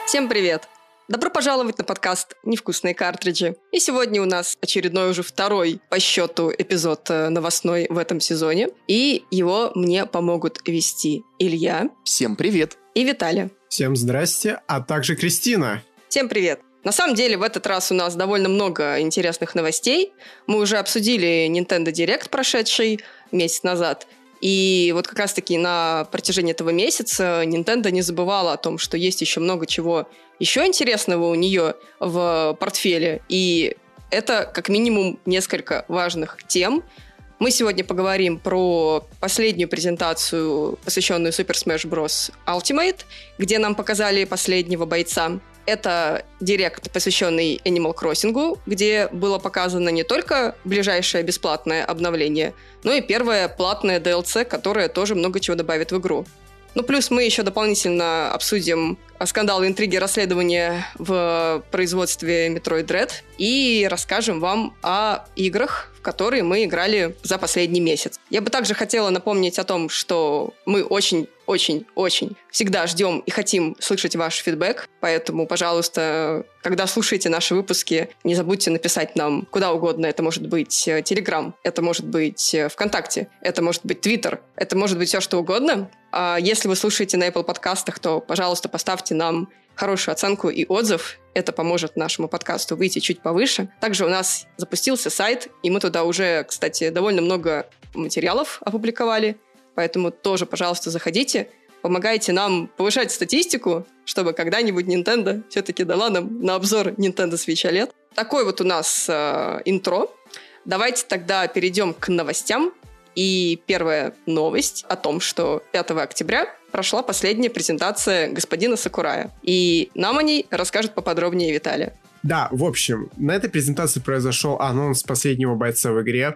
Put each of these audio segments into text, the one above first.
Всем привет! Добро пожаловать на подкаст «Невкусные картриджи». И сегодня у нас очередной уже второй по счету эпизод новостной в этом сезоне. И его мне помогут вести Илья. Всем привет! И Виталий. Всем здрасте, а также Кристина. Всем привет! На самом деле, в этот раз у нас довольно много интересных новостей. Мы уже обсудили Nintendo Direct, прошедший месяц назад. И вот как раз-таки на протяжении этого месяца Nintendo не забывала о том, что есть еще много чего еще интересного у нее в портфеле. И это как минимум несколько важных тем. Мы сегодня поговорим про последнюю презентацию, посвященную Super Smash Bros. Ultimate, где нам показали последнего бойца. Это директ, посвященный Animal Crossing, где было показано не только ближайшее бесплатное обновление, но и первое платное DLC, которое тоже много чего добавит в игру. Ну, плюс мы еще дополнительно обсудим скандалы, интриги, расследования в производстве Metroid Dread и расскажем вам о играх, в которые мы играли за последний месяц. Я бы также хотела напомнить о том, что мы очень-очень-очень всегда ждем и хотим слышать ваш фидбэк, поэтому, пожалуйста, когда слушаете наши выпуски, не забудьте написать нам куда угодно. Это может быть Telegram, это может быть ВКонтакте, это может быть Twitter, это может быть все что угодно. А если вы слушаете на Apple подкастах, то, пожалуйста, поставьте нам хорошую оценку и отзыв. Это поможет нашему подкасту выйти чуть повыше. Также у нас запустился сайт, и мы туда уже, кстати, довольно много материалов опубликовали. Поэтому тоже, пожалуйста, заходите. Помогайте нам повышать статистику, чтобы когда-нибудь Nintendo все-таки дала нам на обзор Nintendo Switch OLED. Такой вот у нас интро. Давайте тогда перейдем к новостям. И первая новость о том, что 5 октября прошла последняя презентация господина Сакурая. И нам о ней расскажет поподробнее Виталий. Да, в общем, на этой презентации произошел анонс последнего бойца в игре.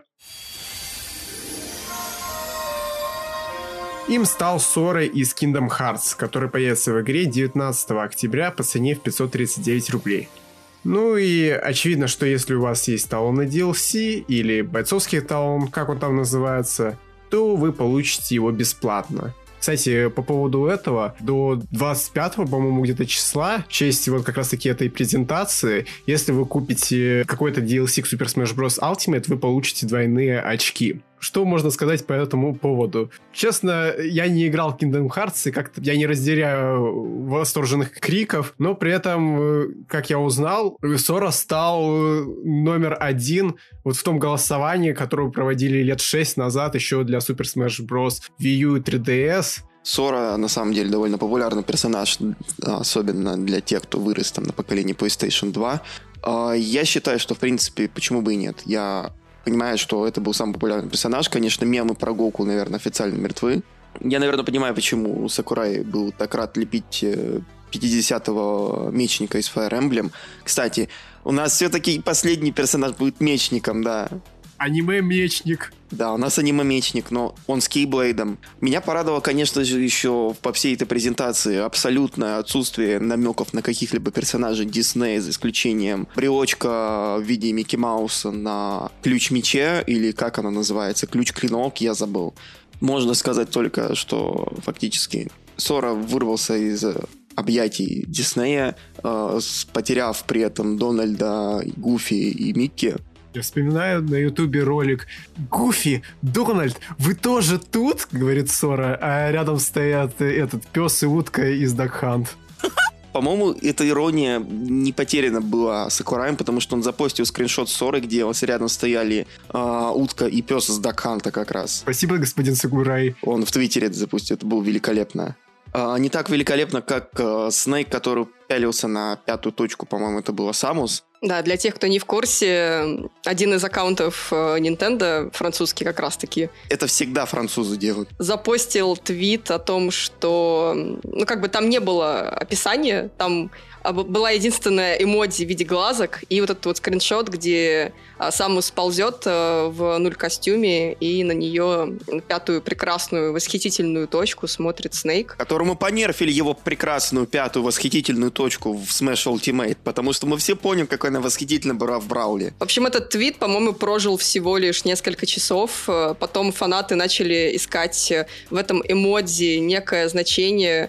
Им стал Сора из Kingdom Hearts, который появится в игре 19 октября по цене в 539 рублей. Ну и очевидно, что если у вас есть талон на DLC или бойцовский талон, как он там называется, то вы получите его бесплатно. Кстати, по поводу этого, до 25-го, по-моему, где-то числа, в честь вот как раз-таки этой презентации, если вы купите какой-то DLC к Super Smash Bros. Ultimate, вы получите двойные очки. Что можно сказать по этому поводу? Честно, я не играл в Kingdom Hearts, и как-то я не разделяю восторженных криков, но при этом, как я узнал, Сора стал номер 1 вот в том голосовании, которое проводили лет 6 назад еще для Super Smash Bros. Wii U и 3DS. Сора, на самом деле, довольно популярный персонаж, особенно для тех, кто вырос там на поколении PlayStation 2. Я считаю, что, в принципе, почему бы и нет. Я понимаю, что это был самый популярный персонаж. Конечно, мемы про Гоку, наверное, официально мертвы. Я, наверное, понимаю, почему Сакурай был так рад лепить 50-го мечника из Fire Emblem. Кстати, у нас все-таки последний персонаж будет мечником, да. Аниме-мечник. Да, у нас аниме-мечник, но он с кейблейдом. Меня порадовало, конечно же, еще по всей этой презентации абсолютное отсутствие намеков на каких-либо персонажей Диснея, за исключением брелочка в виде Микки Мауса на ключ-мече, или как она называется, ключ-клинок, я забыл. Можно сказать только, что фактически Сора вырвался из объятий Диснея, потеряв при этом Дональда, Гуфи и Микки. Я вспоминаю на Ютубе ролик «Гуфи, Дональд, вы тоже тут?» — говорит Сора, а рядом стоят этот пес и утка из Duck Hunt. По-моему, эта ирония не потеряна была Сакураем, потому что он запостил скриншот Соры, где рядом стояли утка и пес из Duck Hunt как раз. Спасибо, господин Сакурай. Он в Твиттере это запустил, это было великолепно. Не так великолепно, как Снейк, который пялился на 5-ю точку, по-моему, это было Самус. Да, для тех, кто не в курсе, один из аккаунтов Nintendo, французский как раз-таки, это всегда французы делают, запостил твит о том, что, ну, как бы там не было описания, там была единственная эмодзи в виде глазок и вот этот вот скриншот, где Самус ползет в нуль-костюме и на нее, на 5-ю прекрасную восхитительную точку смотрит Снейк. Которому понерфили его прекрасную 5-ю восхитительную точку в Smash Ultimate, потому что мы все помним, какой она восхитительно была в Брауле. В общем, этот твит, по-моему, прожил всего лишь несколько часов. Потом фанаты начали искать в этом эмодзи некое значение.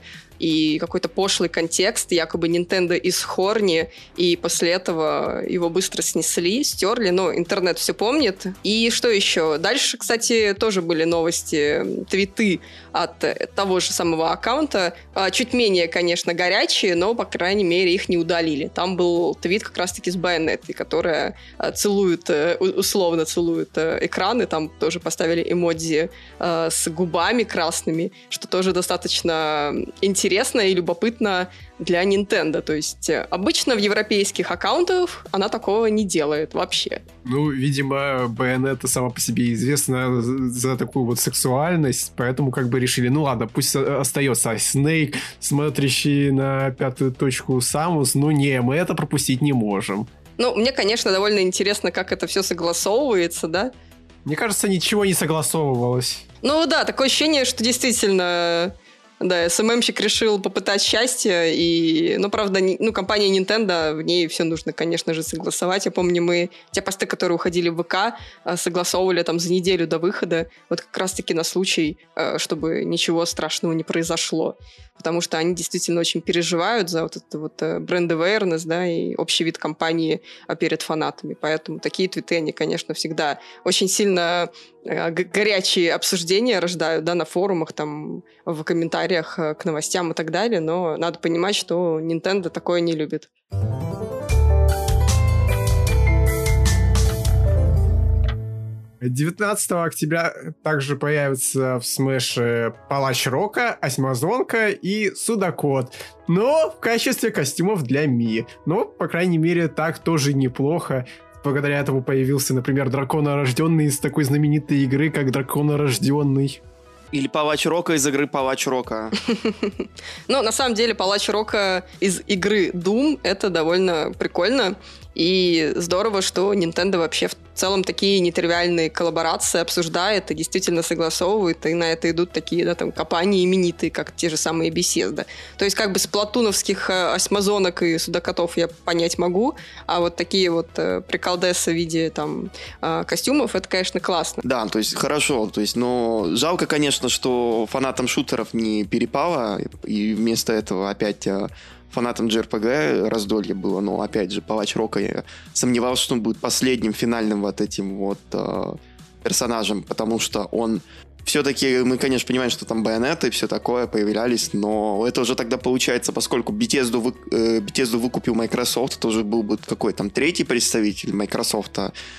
и какой-то пошлый контекст, якобы Nintendo из Хорни, и после этого его быстро снесли, стерли, но интернет все помнит. И что еще? Дальше, кстати, тоже были новости, твиты от того же самого аккаунта, чуть менее, конечно, горячие, но, по крайней мере, их не удалили. Там был твит как раз-таки с Bayonetta, которая условно целует экраны, там тоже поставили эмодзи с губами красными, что тоже достаточно интересно и любопытно для Nintendo. То есть обычно в европейских аккаунтах она такого не делает вообще. Ну, видимо, Bayonetta сама по себе известна за такую вот сексуальность, поэтому как бы решили, ну ладно, пусть остается. А Снейк, смотрящий на пятую точку Самус, ну не, мы это пропустить не можем. Ну, мне, конечно, довольно интересно, как это все согласовывается, да? Мне кажется, ничего не согласовывалось. Ну да, такое ощущение, что действительно... Да, СММщик решил попытать счастье, и, ну, правда, компания Nintendo, в ней все нужно, конечно же, согласовать. Я помню, мы те посты, которые уходили в ВК, согласовывали там за неделю до выхода, вот как раз-таки на случай, чтобы ничего страшного не произошло. Потому что они действительно очень переживают за вот это вот бренд awareness, да, и общий вид компании перед фанатами. Поэтому такие твиты, они, конечно, всегда очень сильно горячие обсуждения рождают, да, на форумах, там, в комментариях к новостям и так далее, но надо понимать, что Nintendo такое не любит. 19 октября также появится в Smash Палач Рока, Осьмозонка и Судакот. Но в качестве костюмов для Ми. Но, по крайней мере, так тоже неплохо. Благодаря этому появился, например, Драконорожденный из такой знаменитой игры, как Драконорожденный. Или Палач Рока из игры Палач Рока. Ну, на самом деле, Палач Рока из игры Doom — это довольно прикольно. И здорово, что Nintendo вообще в целом такие нетривиальные коллаборации обсуждает и действительно согласовывает, и на это идут такие, да, там, компании именитые, как те же самые Bethesda. То есть как бы с платуновских осьмозонок и судокотов я понять могу, а вот такие вот приколдесы в виде там костюмов, это, конечно, классно. Да, то есть хорошо, то есть, но жалко, конечно, что фанатам шутеров не перепало, и вместо этого опять фанатам JRPG раздолье было, но опять же, Палач Рока, я сомневался, что он будет последним финальным вот этим вот персонажем, потому что он все-таки, мы, конечно, понимаем, что там Bayonetta и все такое появлялись, но это уже тогда получается, поскольку Bethesda выкупил Microsoft, это уже был бы какой там третий представитель Microsoft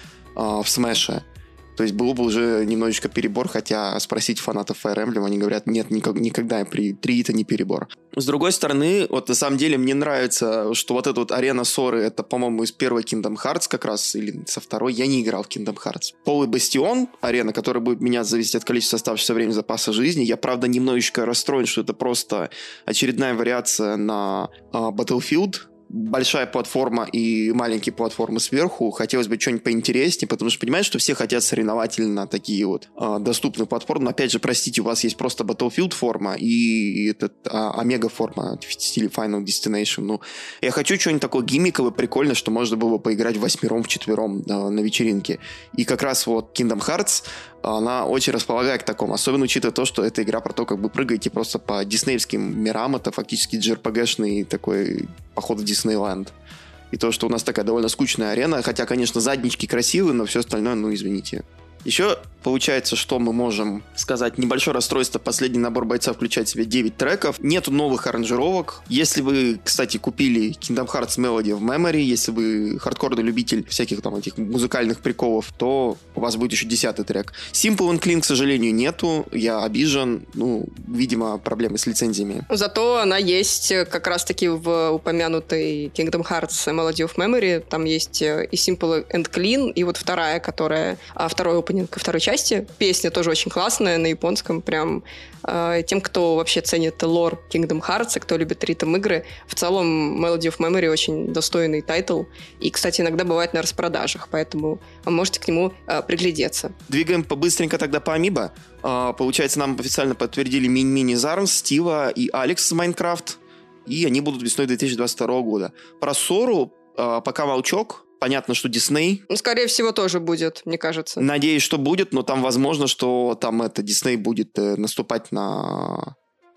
в Smash. То есть был бы уже немножечко перебор, хотя спросить фанатов Fire Emblem, они говорят, нет, никогда при 3 это не перебор. С другой стороны, вот на самом деле мне нравится, что вот эта вот арена Соры, это, по-моему, из первой Kingdom Hearts как раз, или со второй, я не играл в Kingdom Hearts. Полый бастион, арена, которая будет меняться, зависеть от количества оставшегося времени запаса жизни. Я, правда, немножечко расстроен, что это просто очередная вариация на Battlefield, большая платформа и маленькие платформы сверху. Хотелось бы что-нибудь поинтереснее, потому что понимаешь, что все хотят соревновательно такие вот доступные платформы. Но опять же, простите, у вас есть просто Battlefield форма и Омега форма в стиле Final Destination. Ну, я хочу что-нибудь такое гиммиковое, прикольное, что можно было поиграть вчетвером на вечеринке. И как раз вот Kingdom Hearts, она очень располагает к такому, особенно учитывая то, что эта игра про то, как вы прыгаете просто по диснеевским мирам, это фактически JRPG-шный такой поход в Диснейленд. И то, что у нас такая довольно скучная арена, хотя, конечно, заднички красивые, но все остальное, ну, извините. Еще получается, что мы можем сказать, небольшое расстройство. Последний набор бойца включает в себя 9 треков. Нету новых аранжировок. Если вы, кстати, купили Kingdom Hearts Melody of Memory, если вы хардкорный любитель всяких там этих музыкальных приколов, то у вас будет еще 10-й трек. Simple and Clean, к сожалению, нету. Я обижен. Ну, видимо, проблемы с лицензиями. Зато она есть как раз-таки в упомянутой Kingdom Hearts Melody of Memory. Там есть и Simple and Clean, и вот вторая, которая второй опенинг ко второй части. Песня тоже очень классная, на японском. Прям тем, кто вообще ценит лор Kingdom Hearts, и кто любит ритм-игры, в целом Melody of Memory очень достойный тайтл. И, кстати, иногда бывает на распродажах, поэтому вы можете к нему приглядеться. Двигаем побыстренько тогда по Амибо. Получается, нам официально подтвердили Мини Зарн, Стива и Алекс из Майнкрафт. И они будут весной 2022 года. Про Сору пока молчок. Понятно, что Дисней. Ну, скорее всего, тоже будет, мне кажется. Надеюсь, что будет, но там возможно, что там Дисней будет наступать на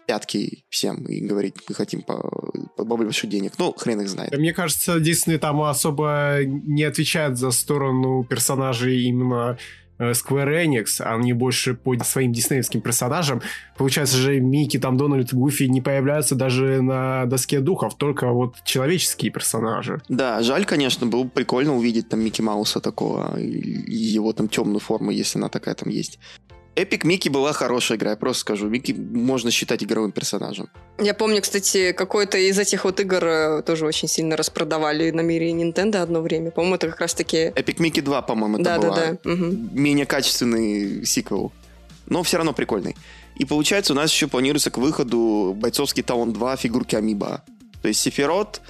пятки всем и говорить, мы хотим побольше денег. Ну, хрен их знает. Мне кажется, Disney там особо не отвечает за сторону персонажей именно Square Enix, а они больше по своим диснеевским персонажам. Получается же, Микки, там, Дональд, Гуфи не появляются даже на доске духов, только вот человеческие персонажи. Да, жаль, конечно, было бы прикольно увидеть там Микки Мауса такого, и его там темную форму, если она такая там есть. Epic Mickey была хорошая игра, я просто скажу. Микки можно считать игровым персонажем. Я помню, кстати, какой-то из этих вот игр тоже очень сильно распродавали на мире Nintendo одно время. По-моему, это как раз-таки... Epic Mickey 2, по-моему, это была. Да. Угу. Менее качественный сиквел. Но все равно прикольный. И получается, у нас еще планируется к выходу бойцовский Таун 2 фигурки Амиба. То есть Сефирот,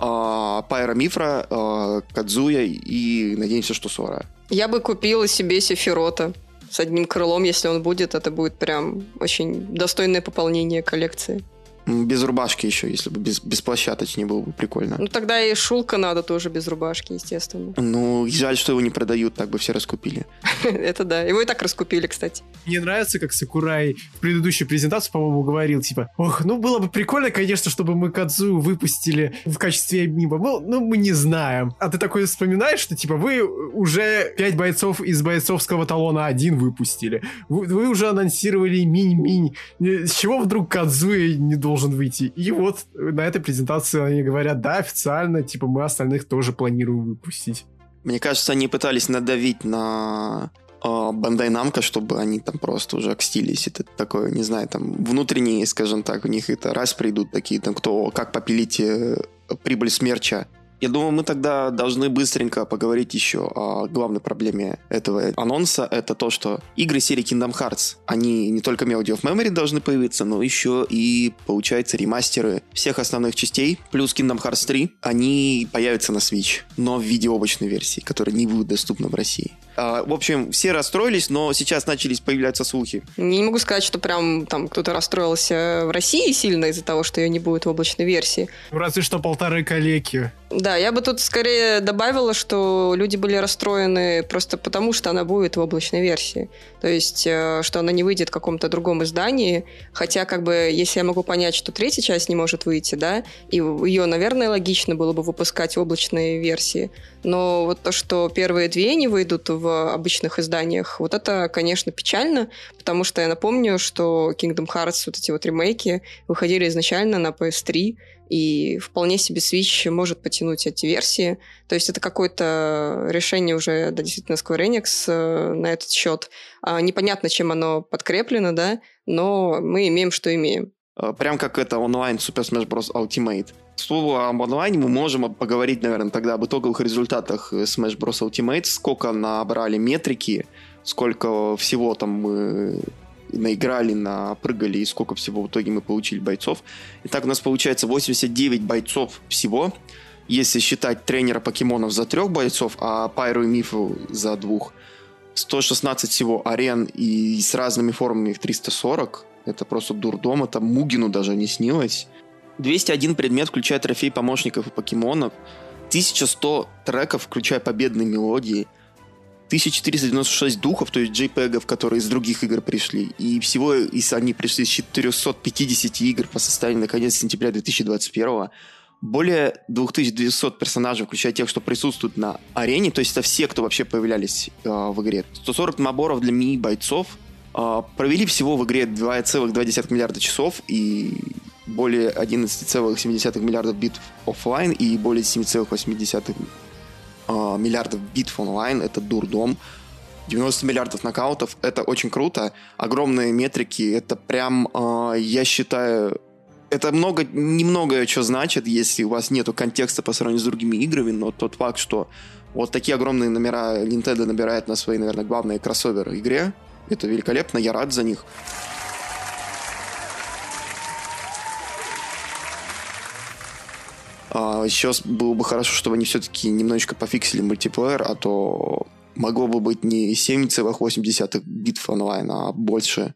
Пайро Мифра, Кадзуя и, надеемся, что Сора. Я бы купила себе Сефирота с одним крылом, если он будет. Это будет прям очень достойное пополнение коллекции. Без рубашки еще, если бы без плаща, точнее, было бы прикольно. Ну, тогда и Шулка надо тоже без рубашки, естественно. Ну, жаль, что его не продают, так бы все раскупили. Это да. Его и так раскупили, кстати. Мне нравится, как Сакурай в предыдущей презентации, по-моему, говорил, типа, ох, ну было бы прикольно, конечно, чтобы мы Кадзую выпустили в качестве Амиба. Ну, мы не знаем. А ты такой вспоминаешь, что, типа, вы уже 5 бойцов из бойцовского талона 1 выпустили. Вы уже анонсировали Минь-Минь. С чего вдруг Кадзуя не должен выйти? И вот на этой презентации они говорят, да, официально, типа, мы остальных тоже планируем выпустить. Мне кажется, они пытались надавить на Bandai Namco, чтобы они там просто уже окстились. Это такое, не знаю, там внутренние, скажем так, у них это раз придут такие, там, кто, как попилить прибыль с мерча. Я думаю, мы тогда должны быстренько поговорить еще о главной проблеме этого анонса. Это то, что игры серии Kingdom Hearts, они не только Melody of Memory должны появиться, но еще и, получается, ремастеры всех основных частей, плюс Kingdom Hearts 3, они появятся на Switch, но в виде облачной версии, которая не будет доступна в России. В общем, все расстроились, но сейчас начались появляться слухи. Не могу сказать, что прям там кто-то расстроился в России сильно из-за того, что ее не будет в облачной версии. Разве что 1,5 калеки. Да, я бы тут скорее добавила, что люди были расстроены просто потому, что она будет в облачной версии. То есть, что она не выйдет в каком-то другом издании. Хотя, как бы, если я могу понять, что третья часть не может выйти, да, и ее, наверное, логично было бы выпускать в облачной версии. Но вот то, что первые 2 не выйдут в обычных изданиях, вот это, конечно, печально, потому что я напомню, что Kingdom Hearts, вот эти вот ремейки, выходили изначально на PS3, и вполне себе Switch может потянуть эти версии. То есть это какое-то решение уже, да, действительно, Square Enix на этот счет. Непонятно, чем оно подкреплено, да, но мы имеем, что имеем. Прям как это онлайн Super Smash Bros. Ultimate. К слову, об онлайне мы можем поговорить, наверное, тогда об итоговых результатах Smash Bros. Ultimate, сколько набрали метрики, сколько всего там мы наиграли, напрыгали, и сколько всего в итоге мы получили бойцов. Итак, у нас получается 89 бойцов всего, если считать тренера покемонов за 3 бойцов, а Пайру и Мифу за 2. 116 всего арен, и с разными формами их 340. Это просто дурдом, это Мугину даже не снилось. 201 предмет, включая трофей помощников и покемонов. 1100 треков, включая победные мелодии. 1496 духов, то есть JPEG-ов, которые из других игр пришли. И всего они пришли с 450 игр по состоянию на конец сентября 2021. Более 2200 персонажей, включая тех, что присутствуют на арене. То есть это все, кто вообще появлялись в игре. 140 наборов для мини-бойцов. Провели всего в игре 2,2 миллиарда часов и более 11,7 миллиардов битв офлайн и более 7,8 миллиардов битв онлайн. Это дурдом. 90 миллиардов нокаутов. Это очень круто. Огромные метрики. Это прям, я считаю, это немного что значит, если у вас нету контекста по сравнению с другими играми, но тот факт, что вот такие огромные номера Nintendo набирает на свои, наверное, главные кроссоверы игре, это великолепно, я рад за них. Еще было бы хорошо, чтобы они все-таки немножечко пофиксили мультиплеер, а то могло бы быть не 7,8 битв онлайн, а больше.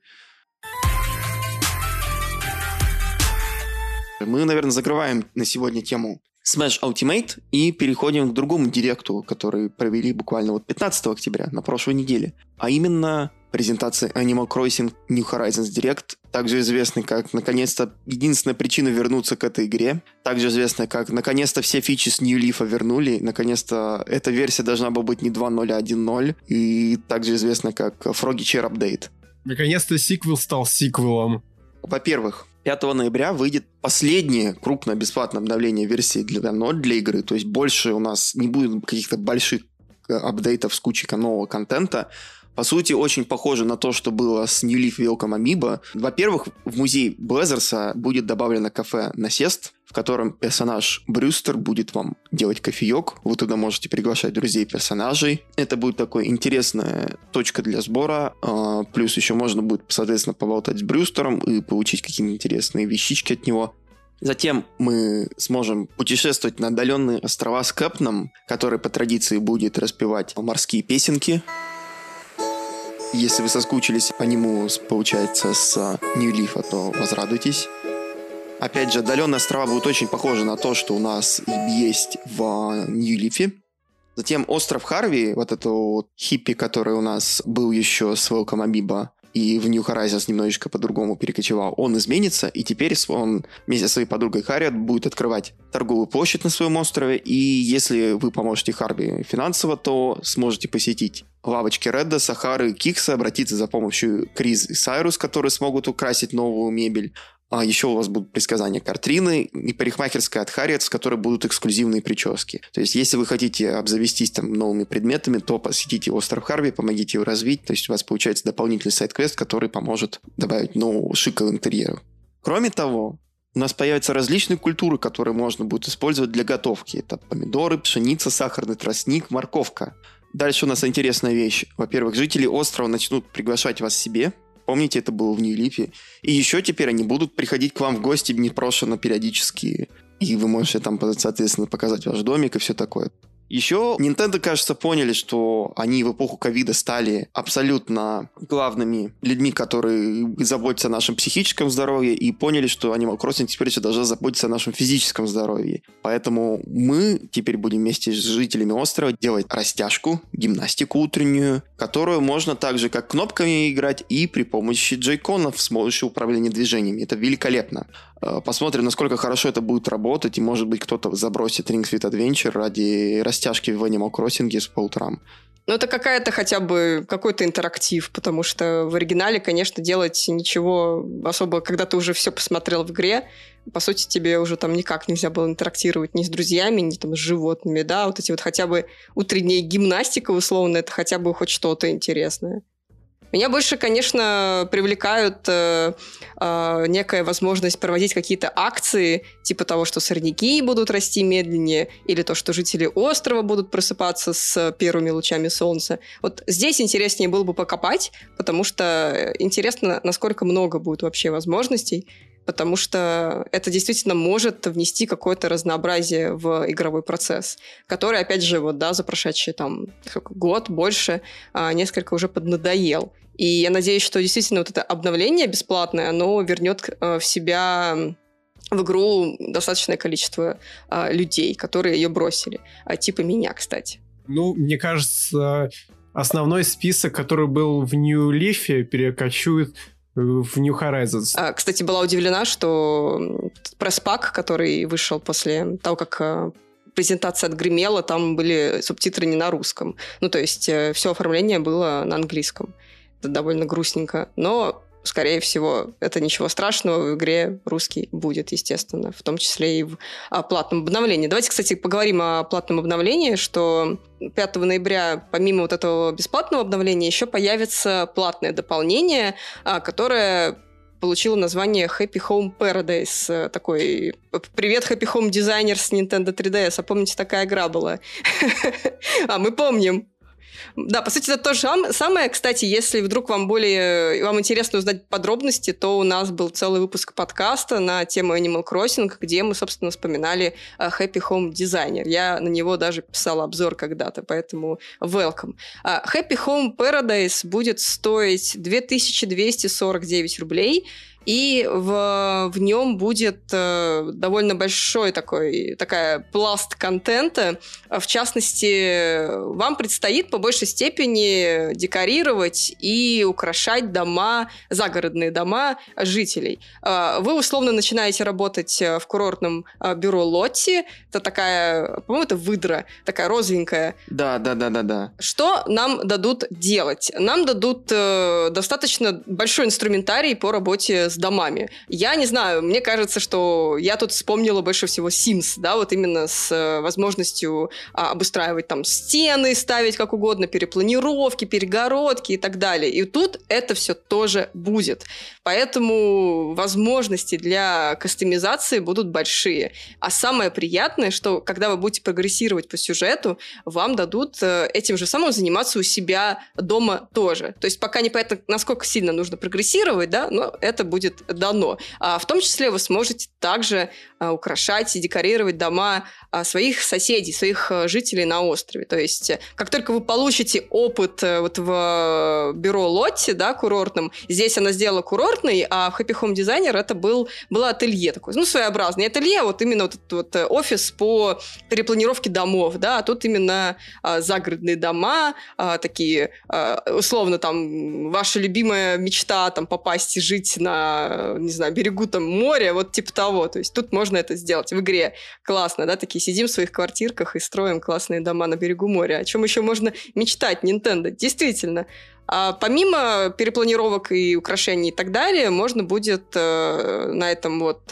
Мы, наверное, закрываем на сегодня тему Smash Ultimate и переходим к другому директу, который провели буквально 15 октября, на прошлой неделе. А именно презентация Animal Crossing New Horizons Direct также известный как, наконец-то, единственная причина вернуться к этой игре, также известный как, наконец-то, все фичи с New Leaf вернули, наконец-то, эта версия должна была быть не 2.0, а 1.0, и также известно как Froggy Chair Update. Наконец-то сиквел стал сиквелом. Во-первых, 5 ноября выйдет последнее крупное бесплатное обновление версии для игры, то есть больше у нас не будет каких-то больших апдейтов с кучей нового контента. По сути, очень похоже на то, что было с New Leaf Welcome Amiibo. Во-первых, в музей Блэзерса будет добавлено кафе «Насест», в котором персонаж Брюстер будет вам делать кофеек. Вы туда можете приглашать друзей персонажей. Это будет такой интересная точка для сбора. Плюс еще можно будет, соответственно, поболтать с Брюстером и получить какие-то интересные вещички от него. Затем мы сможем путешествовать на отдаленные острова с Кэпном, который по традиции будет распевать морские песенки. Если вы соскучились по нему, получается, с New Leaf, то возрадуйтесь. Опять же, отдаленные острова будут очень похожи на то, что у нас есть в New Leaf. Затем остров Харви, вот это вот хиппи, который у нас был еще с Welcome Amiibo, и в New Horizons немножечко по-другому перекочевал, он изменится, и теперь он вместе со своей подругой Харриет будет открывать торговую площадь на своем острове, и если вы поможете Харви финансово, то сможете посетить лавочки Редда, Сахары, Кикса, обратиться за помощью Криз и Сайрус, которые смогут украсить новую мебель. А еще у вас будут предсказания Картрины и парикмахерская от Харриет, с которой будут эксклюзивные прически. То есть, если вы хотите обзавестись там новыми предметами, то посетите остров Харви, помогите его развить. То есть, у вас получается дополнительный сайд-квест, который поможет добавить нового шика в интерьер. Кроме того, у нас появятся различные культуры, которые можно будет использовать для готовки. Это помидоры, пшеница, сахарный тростник, морковка. Дальше у нас интересная вещь. Во-первых, жители острова начнут приглашать вас к себе. Помните, это было в New Leaf. И еще теперь они будут приходить к вам в гости непрошено периодически. И вы можете там, соответственно, показать ваш домик и все такое. Еще Nintendo, кажется, поняли, что они в эпоху ковида стали абсолютно главными людьми, которые заботятся о нашем психическом здоровье, и поняли, что Animal Crossing теперь еще должна заботиться о нашем физическом здоровье. Поэтому мы теперь будем вместе с жителями острова делать растяжку, гимнастику утреннюю, которую можно так же, как кнопками играть, и при помощи джойконов с помощью управления движениями. Это великолепно. Посмотрим, насколько хорошо это будет работать, и, может быть, кто-то забросит Rings Fit Adventure ради растяжки в Animal Crossing по утрам. Ну, это какой-то интерактив, потому что в оригинале, конечно, делать ничего особо, когда ты уже все посмотрел в игре, по сути, тебе уже там никак нельзя было интерактировать ни с друзьями, ни там с животными, да, вот эти вот хотя бы утренняя гимнастика, условно, это хотя бы хоть что-то интересное. Меня больше, конечно, привлекают некая возможность проводить какие-то акции, типа того, что сорняки будут расти медленнее, или то, что жители острова будут просыпаться с первыми лучами солнца. Вот здесь интереснее было бы покопать, потому что интересно, насколько много будет вообще возможностей, потому что это действительно может внести какое-то разнообразие в игровой процесс, который, опять же, вот, да, за прошедший там год, больше, несколько уже поднадоел. И я надеюсь, что действительно вот это обновление бесплатное, оно вернет в себя в игру достаточное количество людей, которые ее бросили. Типа меня, кстати. Ну, мне кажется, основной список, который был в New Leaf, перекочует в New Horizons. Кстати, была удивлена, что пресс-пак, который вышел после того, как презентация отгремела, там были субтитры не на русском. Ну, то есть все оформление было на английском. Это довольно грустненько. Но, скорее всего, это ничего страшного. В игре русский будет, естественно. В том числе и в платном обновлении. Давайте, кстати, поговорим о платном обновлении, что 5 ноября, помимо вот этого бесплатного обновления, еще появится платное дополнение, которое получило название Happy Home Paradise. Такой «Привет, Happy Home Designer» с Nintendo 3DS. А помните, такая игра была? Мы помним. Да, по сути, это то же самое. Кстати, если вдруг вам интересно узнать подробности, то у нас был целый выпуск подкаста на тему Animal Crossing, где мы, собственно, вспоминали Happy Home Designer. Я на него даже писала обзор когда-то, поэтому welcome. Happy Home Paradise будет стоить 2249 рублей. и в нем будет довольно большой такая пласт контента. В частности, вам предстоит по большей степени декорировать и украшать дома, загородные дома жителей. Вы условно начинаете работать в курортном бюро Лотти. Это такая, по-моему, это выдра, такая розовенькая. Да. Что нам дадут делать? Нам дадут достаточно большой инструментарий по работе с домами. Я не знаю, мне кажется, что я тут вспомнила больше всего Sims, да, вот именно с возможностью обустраивать там стены, ставить как угодно, перепланировки, перегородки и так далее. И тут это все тоже будет. Поэтому возможности для кастомизации будут большие. А самое приятное, что когда вы будете прогрессировать по сюжету, вам дадут этим же самым заниматься у себя дома тоже. То есть пока непонятно, насколько сильно нужно прогрессировать, да, но это будет дано. В том числе вы сможете также украшать и декорировать дома своих соседей, своих жителей на острове. То есть как только вы получите опыт вот в бюро Лотти, да, курортном, здесь она сделала курортный, а в Happy Home Designer это было ателье такое, ну, своеобразное ателье, вот именно вот этот вот офис по перепланировке домов, да, а тут именно загородные дома, такие, условно, там, ваша любимая мечта, там, попасть и жить на, не знаю, берегу там моря, вот типа того, то есть тут можно это сделать в игре. Классно, да, такие сидим в своих квартирках и строим классные дома на берегу моря. О чем еще можно мечтать, Nintendo? Действительно. А помимо перепланировок и украшений и так далее, можно будет на этом вот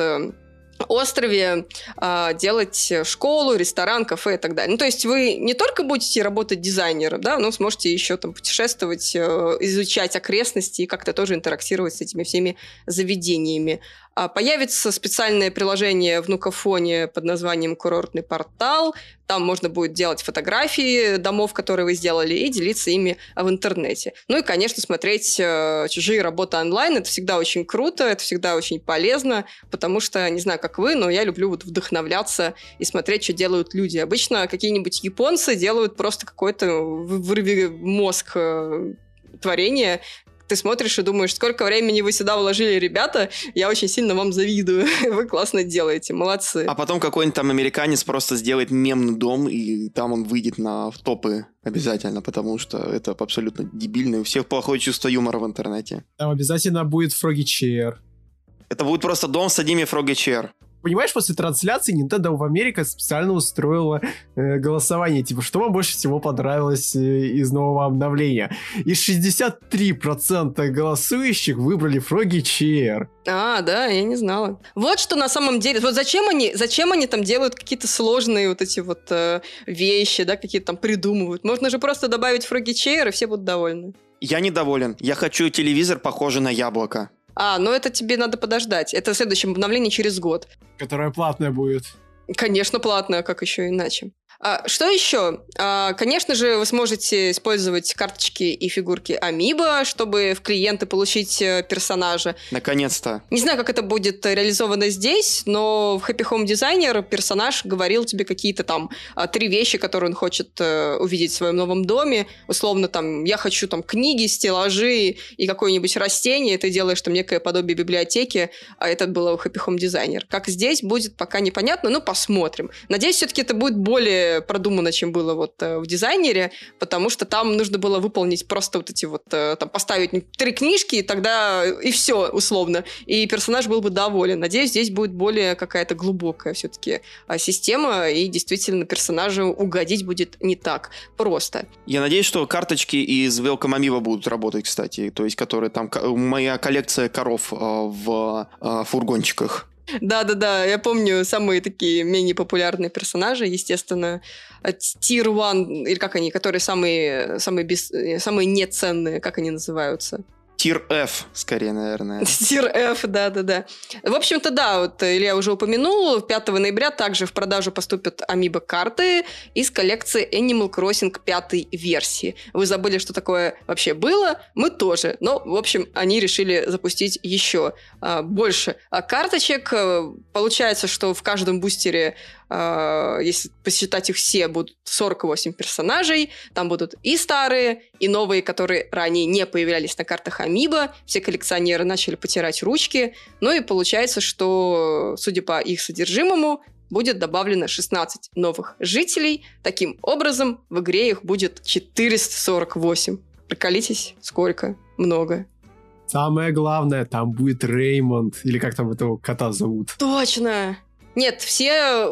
острове делать школу, ресторан, кафе и так далее. Ну, то есть вы не только будете работать дизайнером, да, но сможете еще там путешествовать, изучать окрестности и как-то тоже интерактировать с этими всеми заведениями. Появится специальное приложение в Нукафоне под названием «Курортный портал». Там можно будет делать фотографии домов, которые вы сделали, и делиться ими в интернете. Ну и, конечно, смотреть чужие работы онлайн. Это всегда очень круто, это всегда очень полезно, потому что, не знаю, как вы, но я люблю вот вдохновляться и смотреть, что делают люди. Обычно какие-нибудь японцы делают просто какой-то вырви мозг творение. Ты смотришь и думаешь, сколько времени вы сюда вложили, ребята, я очень сильно вам завидую. Вы классно делаете, молодцы. А потом какой-нибудь там американец просто сделает мемный дом, и там он выйдет в топы обязательно, потому что это абсолютно дебильно. У всех плохое чувство юмора в интернете. Там обязательно будет Froggy Chair. Это будет просто дом с одними Froggy Chair. Понимаешь, после трансляции Nintendo в Америке специально устроила голосование, типа, что вам больше всего понравилось из нового обновления. И 63% голосующих выбрали Froggy Chair. Да, я не знала. Вот что на самом деле... Вот зачем они там делают какие-то сложные вот эти вот вещи, да, какие-то там придумывают? Можно же просто добавить Froggy Chair, и все будут довольны. Я недоволен. Я хочу телевизор, похожий на яблоко. Ну это тебе надо подождать. Это в следующем обновлении через год. Которое платное будет. Конечно, платное, как еще иначе. Что еще? Конечно же, вы сможете использовать карточки и фигурки Amiibo, чтобы в клиенты получить персонажа. Наконец-то. Не знаю, как это будет реализовано здесь, но в Happy Home Designer персонаж говорил тебе какие-то там 3 вещи, которые он хочет увидеть в своем новом доме. Условно, там, я хочу там книги, стеллажи и какое-нибудь растение. Ты делаешь там некое подобие библиотеки, а это было в Happy Home Designer. Как здесь будет, пока непонятно, но посмотрим. Надеюсь, все-таки это будет более продумано, чем было вот в дизайнере, потому что там нужно было выполнить просто вот эти вот, там, поставить 3 книжки, и тогда и все, условно, и персонаж был бы доволен. Надеюсь, здесь будет более какая-то глубокая все-таки система, и действительно персонажу угодить будет не так просто. Я надеюсь, что карточки из Welcome Amiibo будут работать, кстати, то есть, которые там... Моя коллекция коров в фургончиках. Да, я помню самые такие менее популярные персонажи, естественно, Tier 1, или как они, которые самые неценные, как они называются? Tier F, скорее, наверное. Tier F, да. В общем-то, да, вот Илья уже упомянул, 5 ноября также в продажу поступят Amiibo-карты из коллекции Animal Crossing 5 версии. Вы забыли, что такое вообще было? Мы тоже. Но, в общем, они решили запустить еще больше карточек. Получается, что в каждом бустере если посчитать их все, будут 48 персонажей. Там будут и старые, и новые, которые ранее не появлялись на картах Amiibo. Все коллекционеры начали потирать ручки. Ну и получается, что, судя по их содержимому, будет добавлено 16 новых жителей. Таким образом, в игре их будет 448. Приколитесь, сколько? Много. Самое главное, там будет Реймонд, или как там этого кота зовут. Точно! Нет, все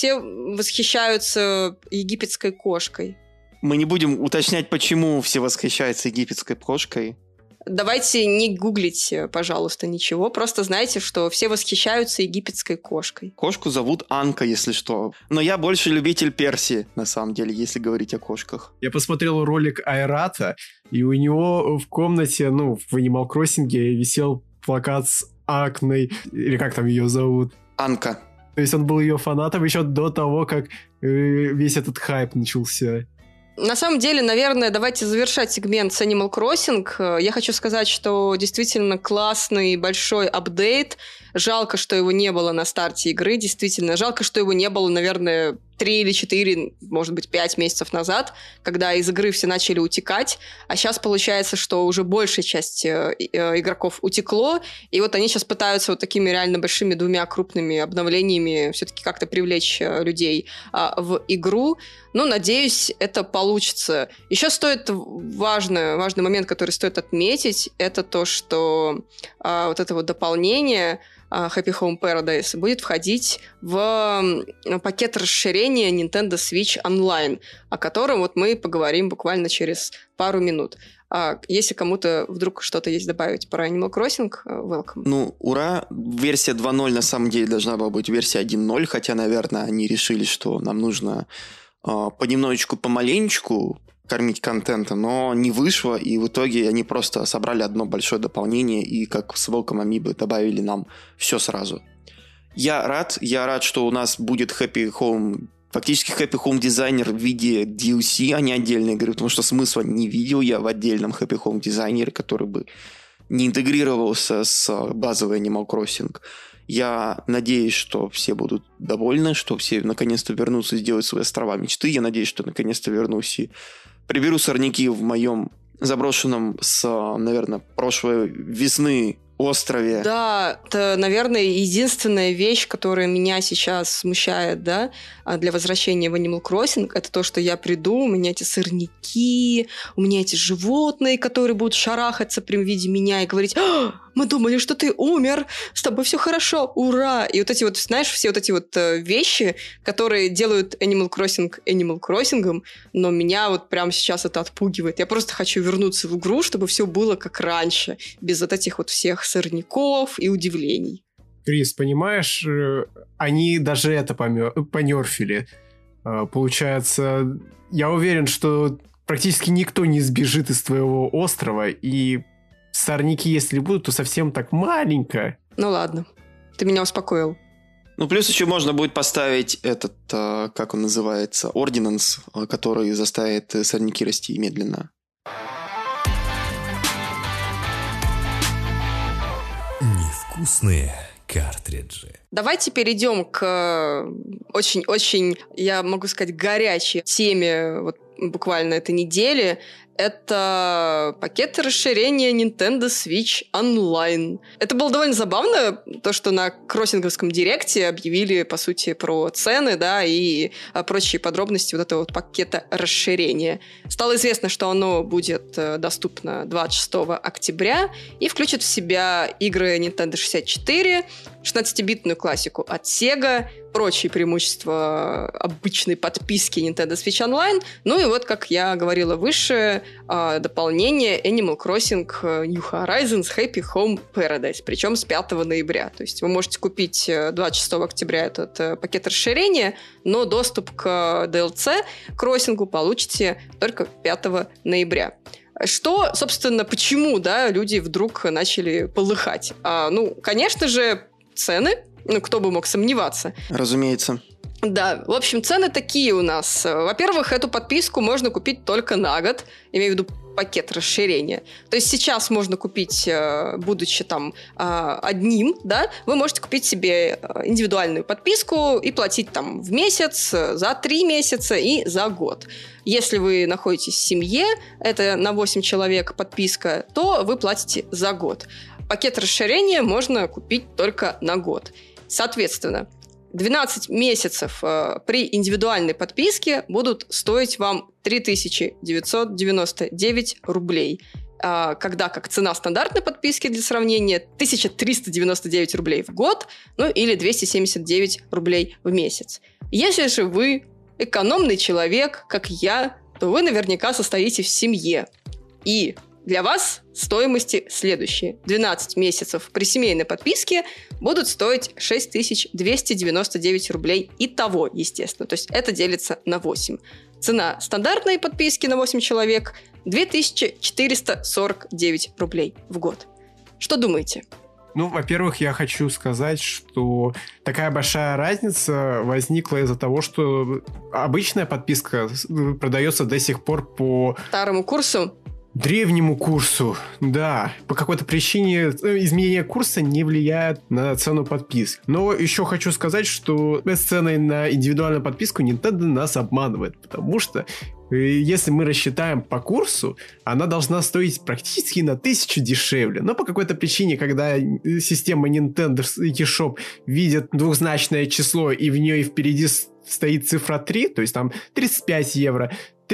восхищаются египетской кошкой. Мы не будем уточнять, почему все восхищаются египетской кошкой. Давайте не гуглите, пожалуйста, ничего. Просто знайте, что все восхищаются египетской кошкой. Кошку зовут Анка, если что. Но я больше любитель Перси, на самом деле, если говорить о кошках. Я посмотрел ролик Айрата, и у него в комнате, в Animal Crossing висел плакат с Акной, или как там ее зовут. Анка. То есть он был ее фанатом еще до того, как весь этот хайп начался. На самом деле, наверное, давайте завершать сегмент с Animal Crossing. Я хочу сказать, что действительно классный большой апдейт. Жалко, что его не было на старте игры. Действительно, жалко, что его не было, наверное, 3 или 4, может быть, 5 месяцев назад, когда из игры все начали утекать. А сейчас получается, что уже большая часть игроков утекло. И вот они сейчас пытаются вот такими реально большими 2 крупными обновлениями все-таки как-то привлечь людей в игру. Ну, надеюсь, это получится. Еще стоит важный момент, который стоит отметить, это то, что вот это вот дополнение Happy Home Paradise будет входить в пакет расширения Nintendo Switch Online, о котором вот мы поговорим буквально через пару минут. Если кому-то вдруг что-то есть добавить про Animal Crossing, welcome. Ну, ура! Версия 2.0 на самом деле должна была быть версия 1.0, хотя, наверное, они решили, что нам нужно понемножечку, помаленечку кормить контента, но не вышло, и в итоге они просто собрали одно большое дополнение и, как с Welcome Amiibo, добавили нам все сразу. Я рад, что у нас будет Happy Home, фактически Happy Home дизайнер в виде DLC, а не отдельной игры, потому что смысла не видел я в отдельном Happy Home дизайнере, который бы не интегрировался с базовой Animal Crossing. Я надеюсь, что все будут довольны, что все наконец-то вернутся и сделают свои острова мечты. Я надеюсь, что наконец-то вернусь и приберу сорняки в моем заброшенном наверное, прошлой весны острове. Да, это, наверное, единственная вещь, которая меня сейчас смущает, да, для возвращения в Animal Crossing, это то, что я приду, у меня эти сорняки, у меня эти животные, которые будут шарахаться при виде меня и говорить: мы думали, что ты умер, с тобой все хорошо, ура! И вот эти вот, знаешь, все вот эти вот вещи, которые делают Animal Crossing, но меня вот прямо сейчас это отпугивает. Я просто хочу вернуться в игру, чтобы все было как раньше, без вот этих вот всех сорняков и удивлений. Крис, понимаешь, они даже это понерфили. Получается, я уверен, что практически никто не сбежит из твоего острова, и сорняки, если будут, то совсем так маленько. Ну ладно, ты меня успокоил. Ну, плюс еще можно будет поставить этот, как он называется, ординанс, который заставит сорняки расти медленно. Невкусные картриджи. Давайте перейдем к очень-очень, я могу сказать, горячей теме вот буквально этой недели. Это пакет расширения Nintendo Switch Online. Это было довольно забавно, то, что на кроссинговском директе объявили, по сути, про цены, да, и прочие подробности вот этого вот пакета расширения. Стало известно, что оно будет доступно 26 октября и включит в себя игры Nintendo 64, 16-битную классику от Sega, прочие преимущества обычной подписки Nintendo Switch Online. Ну и вот, как я говорила выше, дополнение Animal Crossing New Horizons Happy Home Paradise, причем с 5 ноября. То есть вы можете купить 26 октября этот пакет расширения, но доступ к DLC кроссингу получите только 5 ноября. Что, собственно, почему, да, люди вдруг начали полыхать? Ну, конечно же, цены. Ну, кто бы мог сомневаться. Разумеется. Да, в общем, цены такие у нас. Во-первых, эту подписку можно купить только на год. Имею в виду пакет расширения. То есть сейчас можно купить, будучи там одним, да, вы можете купить себе индивидуальную подписку и платить там в месяц, за 3 месяца и за год. Если вы находитесь в семье, это на 8 человек подписка, то вы платите за год. Пакет расширения можно купить только на год. Соответственно, 12 месяцев при индивидуальной подписке будут стоить вам 3999 рублей. Когда как цена стандартной подписки для сравнения 1399 рублей в год, ну или 279 рублей в месяц. Если же вы экономный человек, как я, то вы наверняка состоите в семье. И для вас стоимости следующие. 12 месяцев при семейной подписке будут стоить 6299 рублей. Итого, естественно. То есть это делится на 8. Цена стандартной подписки на 8 человек 2449 рублей в год. Что думаете? Ну, во-первых, я хочу сказать, что такая большая разница возникла из-за того, что обычная подписка продается до сих пор по старому курсу. Древнему курсу, да. По какой-то причине изменение курса не влияет на цену подписки. Но еще хочу сказать, что с ценой на индивидуальную подписку Nintendo нас обманывает, потому что если мы рассчитаем по курсу, она должна стоить практически на 1000 дешевле. Но по какой-то причине, когда система Nintendo eShop видит двухзначное число и в ней впереди стоит цифра 3, то есть там 35 евро,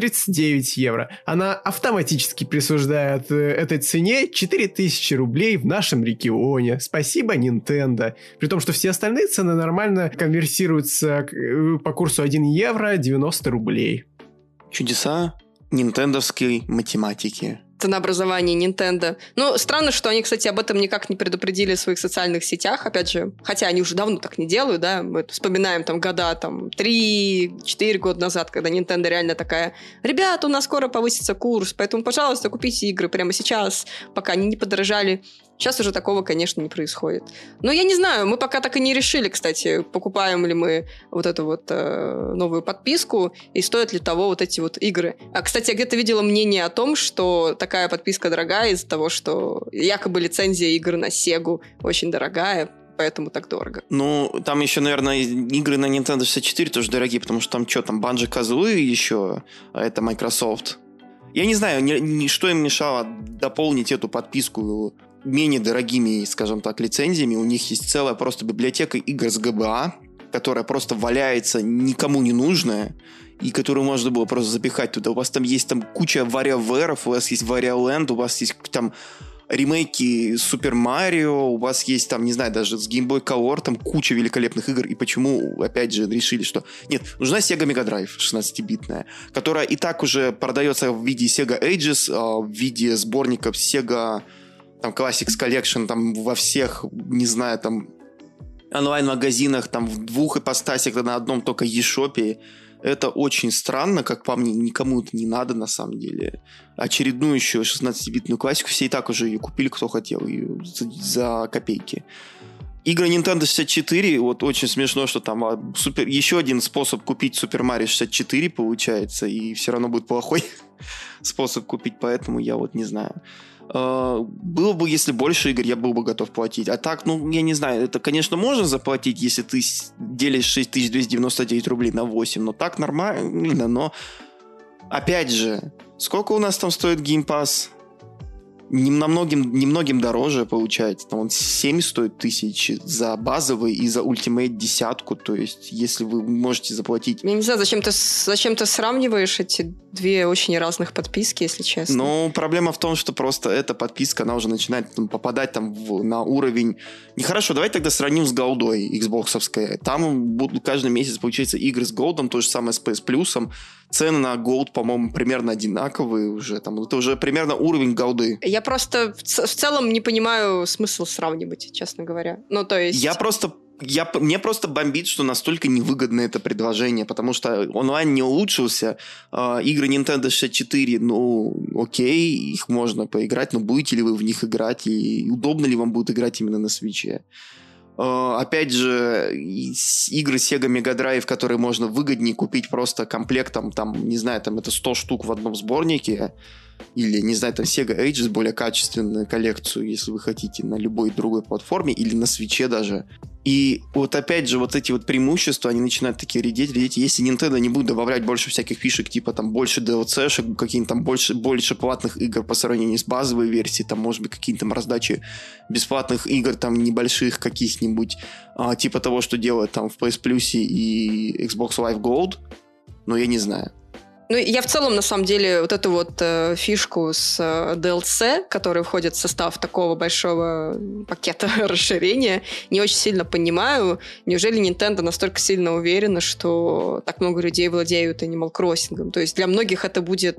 39 евро, она автоматически присуждает этой цене 4000 рублей в нашем регионе. Спасибо, Nintendo. При том, что все остальные цены нормально конвертируются по курсу 1 евро 90 рублей. Чудеса нинтендовской математики. Ценообразование Nintendo. Ну, странно, что они, кстати, об этом никак не предупредили в своих социальных сетях. Опять же, хотя они уже давно так не делают, да, мы вспоминаем там года, там, 3-4 года назад, когда Nintendo реально такая: ребята, у нас скоро повысится курс, поэтому, пожалуйста, купите игры прямо сейчас, пока они не подорожали. Сейчас уже такого, конечно, не происходит. Но я не знаю, мы пока так и не решили, кстати, покупаем ли мы вот эту вот новую подписку и стоят ли того вот эти вот игры. Кстати, я где-то видела мнение о том, что такая подписка дорогая из-за того, что якобы лицензия игр на Сегу очень дорогая, поэтому так дорого. Ну, там еще, наверное, игры на Nintendo 64 тоже дорогие, потому что там что, там Banjo-Kazooie еще, а это Microsoft. Я не знаю, что им мешало дополнить эту подписку менее дорогими, скажем так, лицензиями. У них есть целая просто библиотека игр с GBA, которая просто валяется, никому не нужная, и которую можно было просто запихать туда. У вас там есть там куча WarioWare, у вас есть WarioLand, у вас есть там ремейки Супер Марио, у вас есть там, не знаю, даже с Game Boy Color там куча великолепных игр, и почему, опять же, решили, что нет, нужна Sega Mega Drive 16-битная, которая и так уже продается в виде Sega Ages, в виде сборников Sega там Classics Collection, там во всех, не знаю, там онлайн-магазинах, там в 2 ипостасях, на одном только eShop. Это очень странно, как по мне, никому это не надо на самом деле. Очередную еще 16-битную классику, все и так уже ее купили, кто хотел, ее за копейки. Игры Nintendo 64, вот очень смешно, что там еще один способ купить Super Mario 64 получается, и все равно будет плохой способ купить, поэтому я вот не знаю. Было бы, если больше игр, я был бы готов платить. А так, ну, я не знаю, это, конечно, можно заплатить, если ты делишь 6299 рублей на 8, но так нормально, но опять же, сколько у нас там стоит Game Pass? Немногим дороже получается. Там он 7 стоит тысяч за базовый и за Ultimate 10. То есть, если вы можете заплатить... Я не знаю, зачем ты сравниваешь эти две очень разных подписки, если честно. Ну, проблема в том, что просто эта подписка, она уже начинает попадать там на уровень... Нехорошо, давайте тогда сравним с голдой Xbox-овской. Там будут каждый месяц, получается, игры с голдом, то же самое с PS Plus. Цены на голд, по-моему, примерно одинаковые уже. Там, это уже примерно уровень голды. Я просто в целом не понимаю смысл сравнивать, честно говоря. Ну, то есть... Мне просто бомбит, что настолько невыгодно это предложение, потому что онлайн не улучшился. Игры Nintendo 64, ну, окей, их можно поиграть, но будете ли вы в них играть, и удобно ли вам будет играть именно на Switch? Опять же, игры Sega Mega Drive, которые можно выгоднее купить просто комплектом, там, не знаю, там это 100 штук в одном сборнике, или, не знаю, там Sega Ages, более качественную коллекцию, если вы хотите, на любой другой платформе, или на Switch'е даже. И вот опять же, вот эти вот преимущества, они начинают такие редеть. Если Nintendo не будет добавлять больше всяких фишек, типа там больше DLC-шек, какие-то там больше платных игр по сравнению с базовой версией, там, может быть, какие-то там раздачи бесплатных игр, там, небольших каких-нибудь, типа того, что делают там в PS Plus и Xbox Live Gold, но я не знаю. Ну, я в целом, на самом деле, вот эту вот фишку с DLC, который входит в состав такого большого пакета расширения, не очень сильно понимаю. Неужели Nintendo настолько сильно уверена, что так много людей владеют Animal Crossing? То есть для многих это будет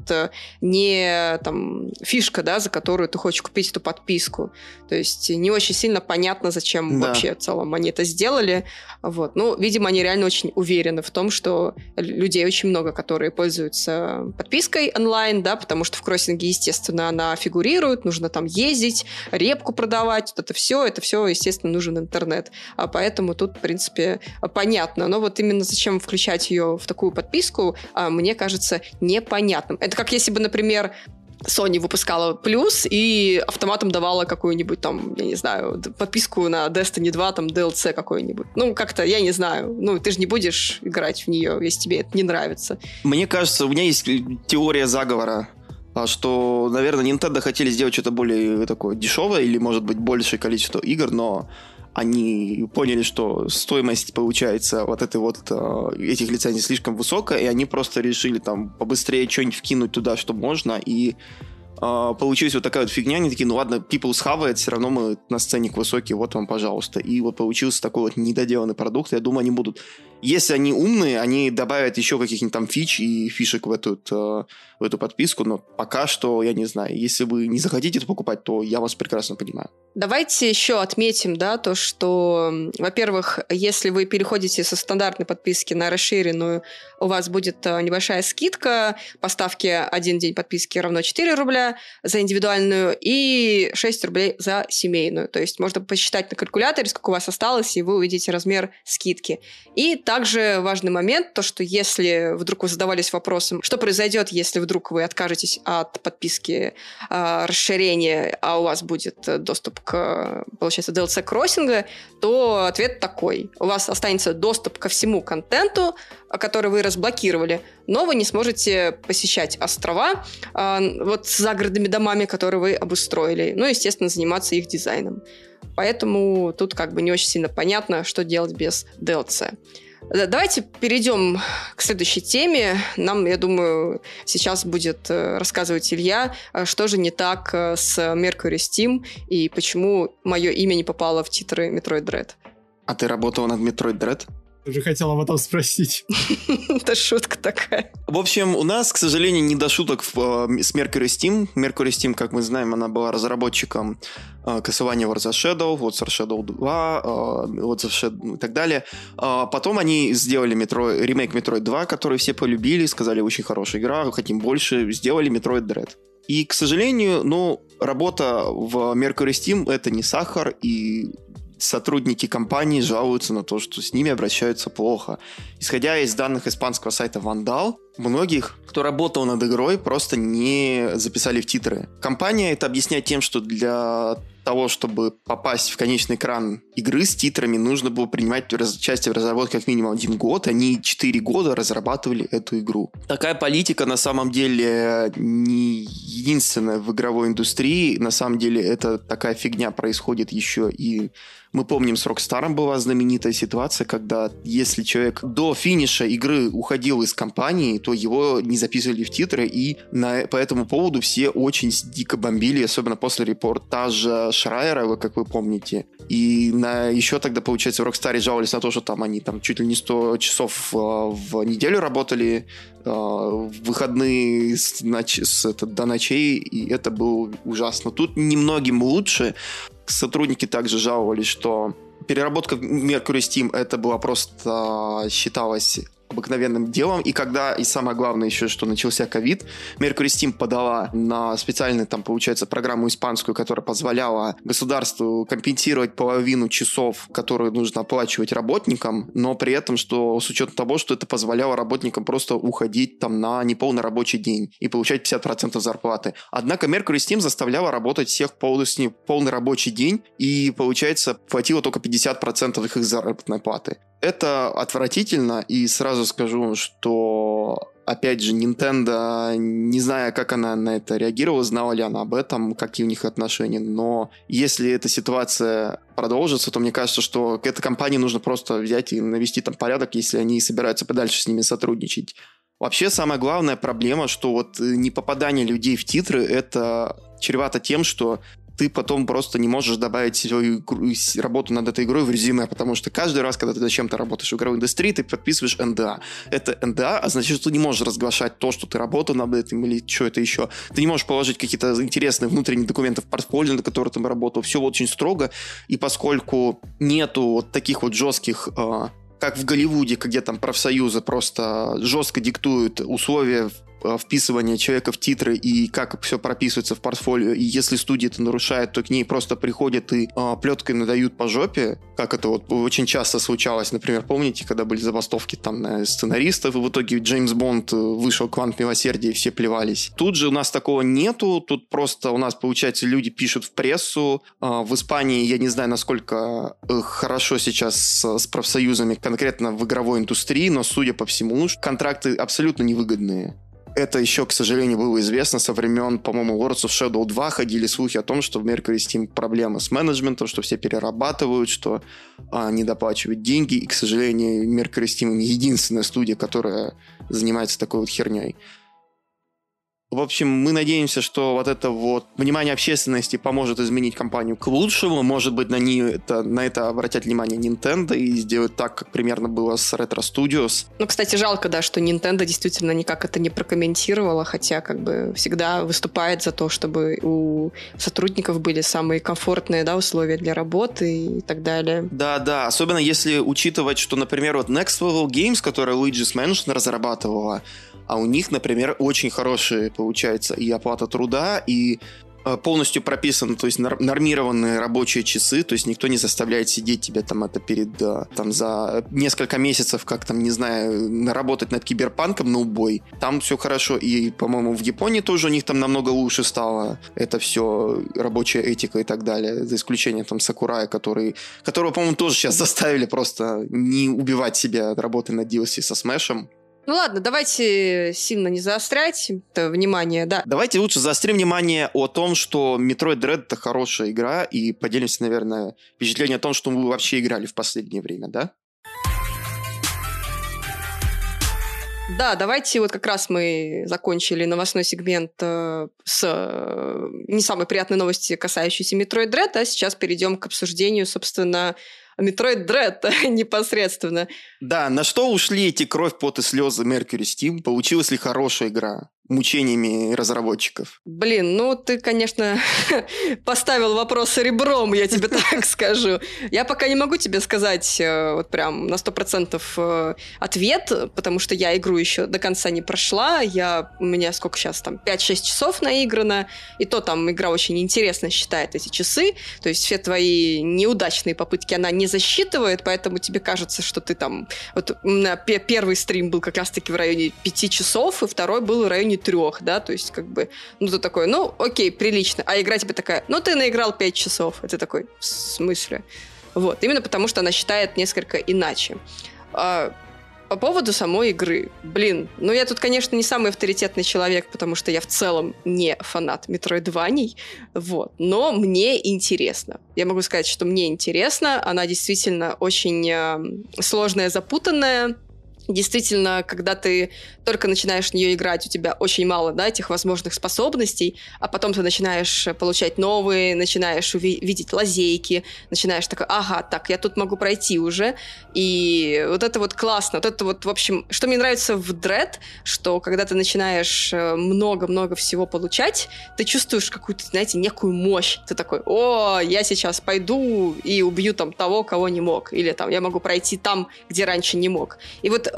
не там, фишка, да, за которую ты хочешь купить эту подписку. То есть не очень сильно понятно, зачем вообще в целом они это сделали. Вот. Ну, видимо, они реально очень уверены в том, что людей очень много, которые пользуются подпиской онлайн, да, потому что в кроссинге, естественно, она фигурирует, нужно там ездить, репку продавать, вот это все, естественно, нужен интернет. А поэтому тут, в принципе, понятно. Но вот именно зачем включать ее в такую подписку, мне кажется непонятным. Это как если бы, например, Sony выпускала плюс и автоматом давала какую-нибудь там, я не знаю, подписку на Destiny 2, там, DLC какой-нибудь. Ну, как-то, я не знаю. Ну, ты же не будешь играть в нее, если тебе это не нравится. Мне кажется, у меня есть теория заговора, что, наверное, Nintendo хотели сделать что-то более такое дешевое или, может быть, большее количество игр, но они поняли, что стоимость, получается, вот этой вот этих лицензий слишком высокая, и они просто решили там побыстрее что-нибудь вкинуть туда, что можно, и получилась вот такая вот фигня. Они такие, ну ладно, people схавает, все равно мы на сценик высокий, вот вам, пожалуйста. И вот получился такой вот недоделанный продукт. Я думаю, они будут... Если они умные, они добавят еще каких-нибудь там фич и фишек в эту подписку, но пока что, я не знаю. Если вы не захотите это покупать, то я вас прекрасно понимаю. Давайте еще отметим, да, то, что, во-первых, если вы переходите со стандартной подписки на расширенную, у вас будет небольшая скидка по ставке 1 день подписки равно 4 рубля за индивидуальную и 6 рублей за семейную. То есть можно посчитать на калькуляторе, сколько у вас осталось, и вы увидите размер скидки. И также важный момент, то, что если вдруг вы задавались вопросом, что произойдет, если вдруг вы откажетесь от подписки расширения, а у вас будет доступ к, получается, DLC кроссинга, то ответ такой. У вас останется доступ ко всему контенту, который вы разблокировали, но вы не сможете посещать острова вот с загородными домами, которые вы обустроили. Ну, естественно, заниматься их дизайном. Поэтому тут как бы не очень сильно понятно, что делать без DLC. Давайте перейдем к следующей теме. Нам, я думаю, сейчас будет рассказывать Илья, что же не так с Mercury Steam и почему мое имя не попало в титры Metroid Dread. А ты работала над Metroid Dread? Я же хотел об этом спросить. Это шутка такая. В общем, у нас, к сожалению, не до шуток с Mercury Steam. Mercury Steam, как мы знаем, она была разработчиком Castlevania Wars of Shadow, Wars of Shadow 2, Wars of Shadow и так далее. Потом они сделали ремейк Metroid 2, который все полюбили, сказали, очень хорошая игра, хотим больше, сделали Metroid Dread. И, к сожалению, работа в Mercury Steam — это не сахар, и сотрудники компании жалуются на то, что с ними обращаются плохо. Исходя из данных испанского сайта Vandal, многих, кто работал над игрой, просто не записали в титры. Компания это объясняет тем, что для того, чтобы попасть в конечный экран игры с титрами, нужно было принимать участие в разработке как минимум 1 год. Они 4 года разрабатывали эту игру. Такая политика на самом деле не единственная в игровой индустрии. На самом деле это такая фигня происходит еще и... Мы помним, с Rockstar была знаменитая ситуация, когда если человек до финиша игры уходил из компании, то его не записывали в титры, и по этому поводу все очень дико бомбили, особенно после репортажа Шрайера, как вы помните. И еще тогда, получается, в Rockstar жаловались на то, что там они чуть ли не 100 часов в неделю работали, в выходные до ночей, и это было ужасно. Тут немногим лучше. Сотрудники также жаловались, что переработка Mercury Steam это была просто считалась обыкновенным делом. И когда, и самое главное еще, что начался ковид, Mercury Steam подала на специальную, там, получается, программу испанскую, которая позволяла государству компенсировать половину часов, которые нужно оплачивать работникам, но при этом, что с учетом того, что это позволяло работникам просто уходить там на неполный рабочий день и получать 50% зарплаты. Однако Mercury Steam заставляла работать всех полностью полный рабочий день, и, получается, платила только 50% их заработной платы. Это отвратительно, и сразу скажу, что, опять же, Nintendo, не знаю, как она на это реагировала, знала ли она об этом, какие у них отношения, но если эта ситуация продолжится, то мне кажется, что к этой компании нужно просто взять и навести там порядок, если они собираются подальше с ними сотрудничать. Вообще, самая главная проблема, что вот непопадание людей в титры, это чревато тем, что ты потом просто не можешь добавить свою работу над этой игрой в резюме, потому что каждый раз, когда ты зачем-то работаешь в игровой индустрии, ты подписываешь НДА. Это НДА, а значит, что ты не можешь разглашать то, что ты работал над этим или что это еще. Ты не можешь положить какие-то интересные внутренние документы в портфолио, на которые ты работал. Все очень строго, и поскольку нету вот таких вот жестких... как в Голливуде, где там профсоюзы просто жестко диктуют условия вписывания человека в титры и как все прописывается в портфолио, и если студия это нарушает, то к ней просто приходят и плеткой надают по жопе, как это вот очень часто случалось. Например, помните, когда были забастовки там сценаристов, и в итоге Джеймс Бонд вышел «Квант милосердия», и все плевались. Тут же у нас такого нету, тут просто у нас, получается, люди пишут в прессу. В Испании, я не знаю, насколько хорошо сейчас с профсоюзами, конкретно в игровой индустрии, но, судя по всему, контракты абсолютно невыгодные. Это еще, к сожалению, было известно со времен, по-моему, Lords of Shadow 2 ходили слухи о том, что в Mercury Steam проблемы с менеджментом, что все перерабатывают, что не доплачивают деньги. И, к сожалению, Mercury Steam не единственная студия, которая занимается такой вот херней. В общем, мы надеемся, что вот это вот внимание общественности поможет изменить компанию к лучшему. Может быть, на это обратят внимание Nintendo и сделают так, как примерно было с Retro Studios. Ну, кстати, жалко, да, что Nintendo действительно никак это не прокомментировала, хотя как бы всегда выступает за то, чтобы у сотрудников были самые комфортные, да, условия для работы и так далее. Да, особенно если учитывать, что, например, вот Next Level Games, которая Luigi's Mansion разрабатывала, а у них, например, очень хорошие, получается, и оплата труда, и полностью прописаны, то есть нормированные рабочие часы, то есть никто не заставляет сидеть тебя там это перед, там за несколько месяцев, как там, не знаю, наработать над киберпанком на убой. Там все хорошо, и, по-моему, в Японии тоже у них там намного лучше стало это все, рабочая этика и так далее, за исключением там Сакурая, которого, по-моему, тоже сейчас заставили просто не убивать себя от работы над DLC со Смэшем. Ну ладно, давайте сильно не заострять это внимание, да. Давайте лучше заострим внимание о том, что Metroid Dread — это хорошая игра, и поделимся, наверное, впечатлением о том, что мы вообще играли в последнее время, да? Да, давайте вот как раз мы закончили новостной сегмент с не самой приятной новости, касающейся Metroid Dread, а сейчас перейдем к обсуждению, собственно, Metroid Dread непосредственно. Да, на что ушли эти кровь, пот и слезы Mercury Steam? Получилась ли хорошая игра? Мучениями разработчиков. Блин, ну ты, конечно, поставил вопрос ребром, я тебе так скажу. Я пока не могу тебе сказать вот прям на 100% ответ, потому что я игру еще до конца не прошла. У меня сколько сейчас там, 5-6 часов наиграно, и то там игра очень интересно считает эти часы, то есть все твои неудачные попытки она не засчитывает, поэтому тебе кажется, что ты там... Вот у меня первый стрим был как раз-таки в районе 5 часов, и второй был в районе 3, да, то есть как бы, ну ты такой, ну окей, прилично, а игра тебе такая, ну ты наиграл 5 часов, и ты такой, в смысле? Вот, именно потому что она считает несколько иначе. По поводу самой игры, блин, ну я тут, конечно, не самый авторитетный человек, потому что я в целом не фанат метроидваний, вот, но мне интересно. Я могу сказать, что мне интересно, она действительно очень сложная, запутанная. Действительно, когда ты только начинаешь в нее играть, у тебя очень мало, да, этих возможных способностей, а потом ты начинаешь получать новые, начинаешь видеть лазейки, начинаешь такой, ага, так, я тут могу пройти уже. И вот это вот классно. Вот это вот, в общем, что мне нравится в Dread, что когда ты начинаешь много-много всего получать, ты чувствуешь какую-то, знаете, некую мощь. Ты такой, о, я сейчас пойду и убью там того, кого не мог. Или там я могу пройти там, где раньше не мог. И вот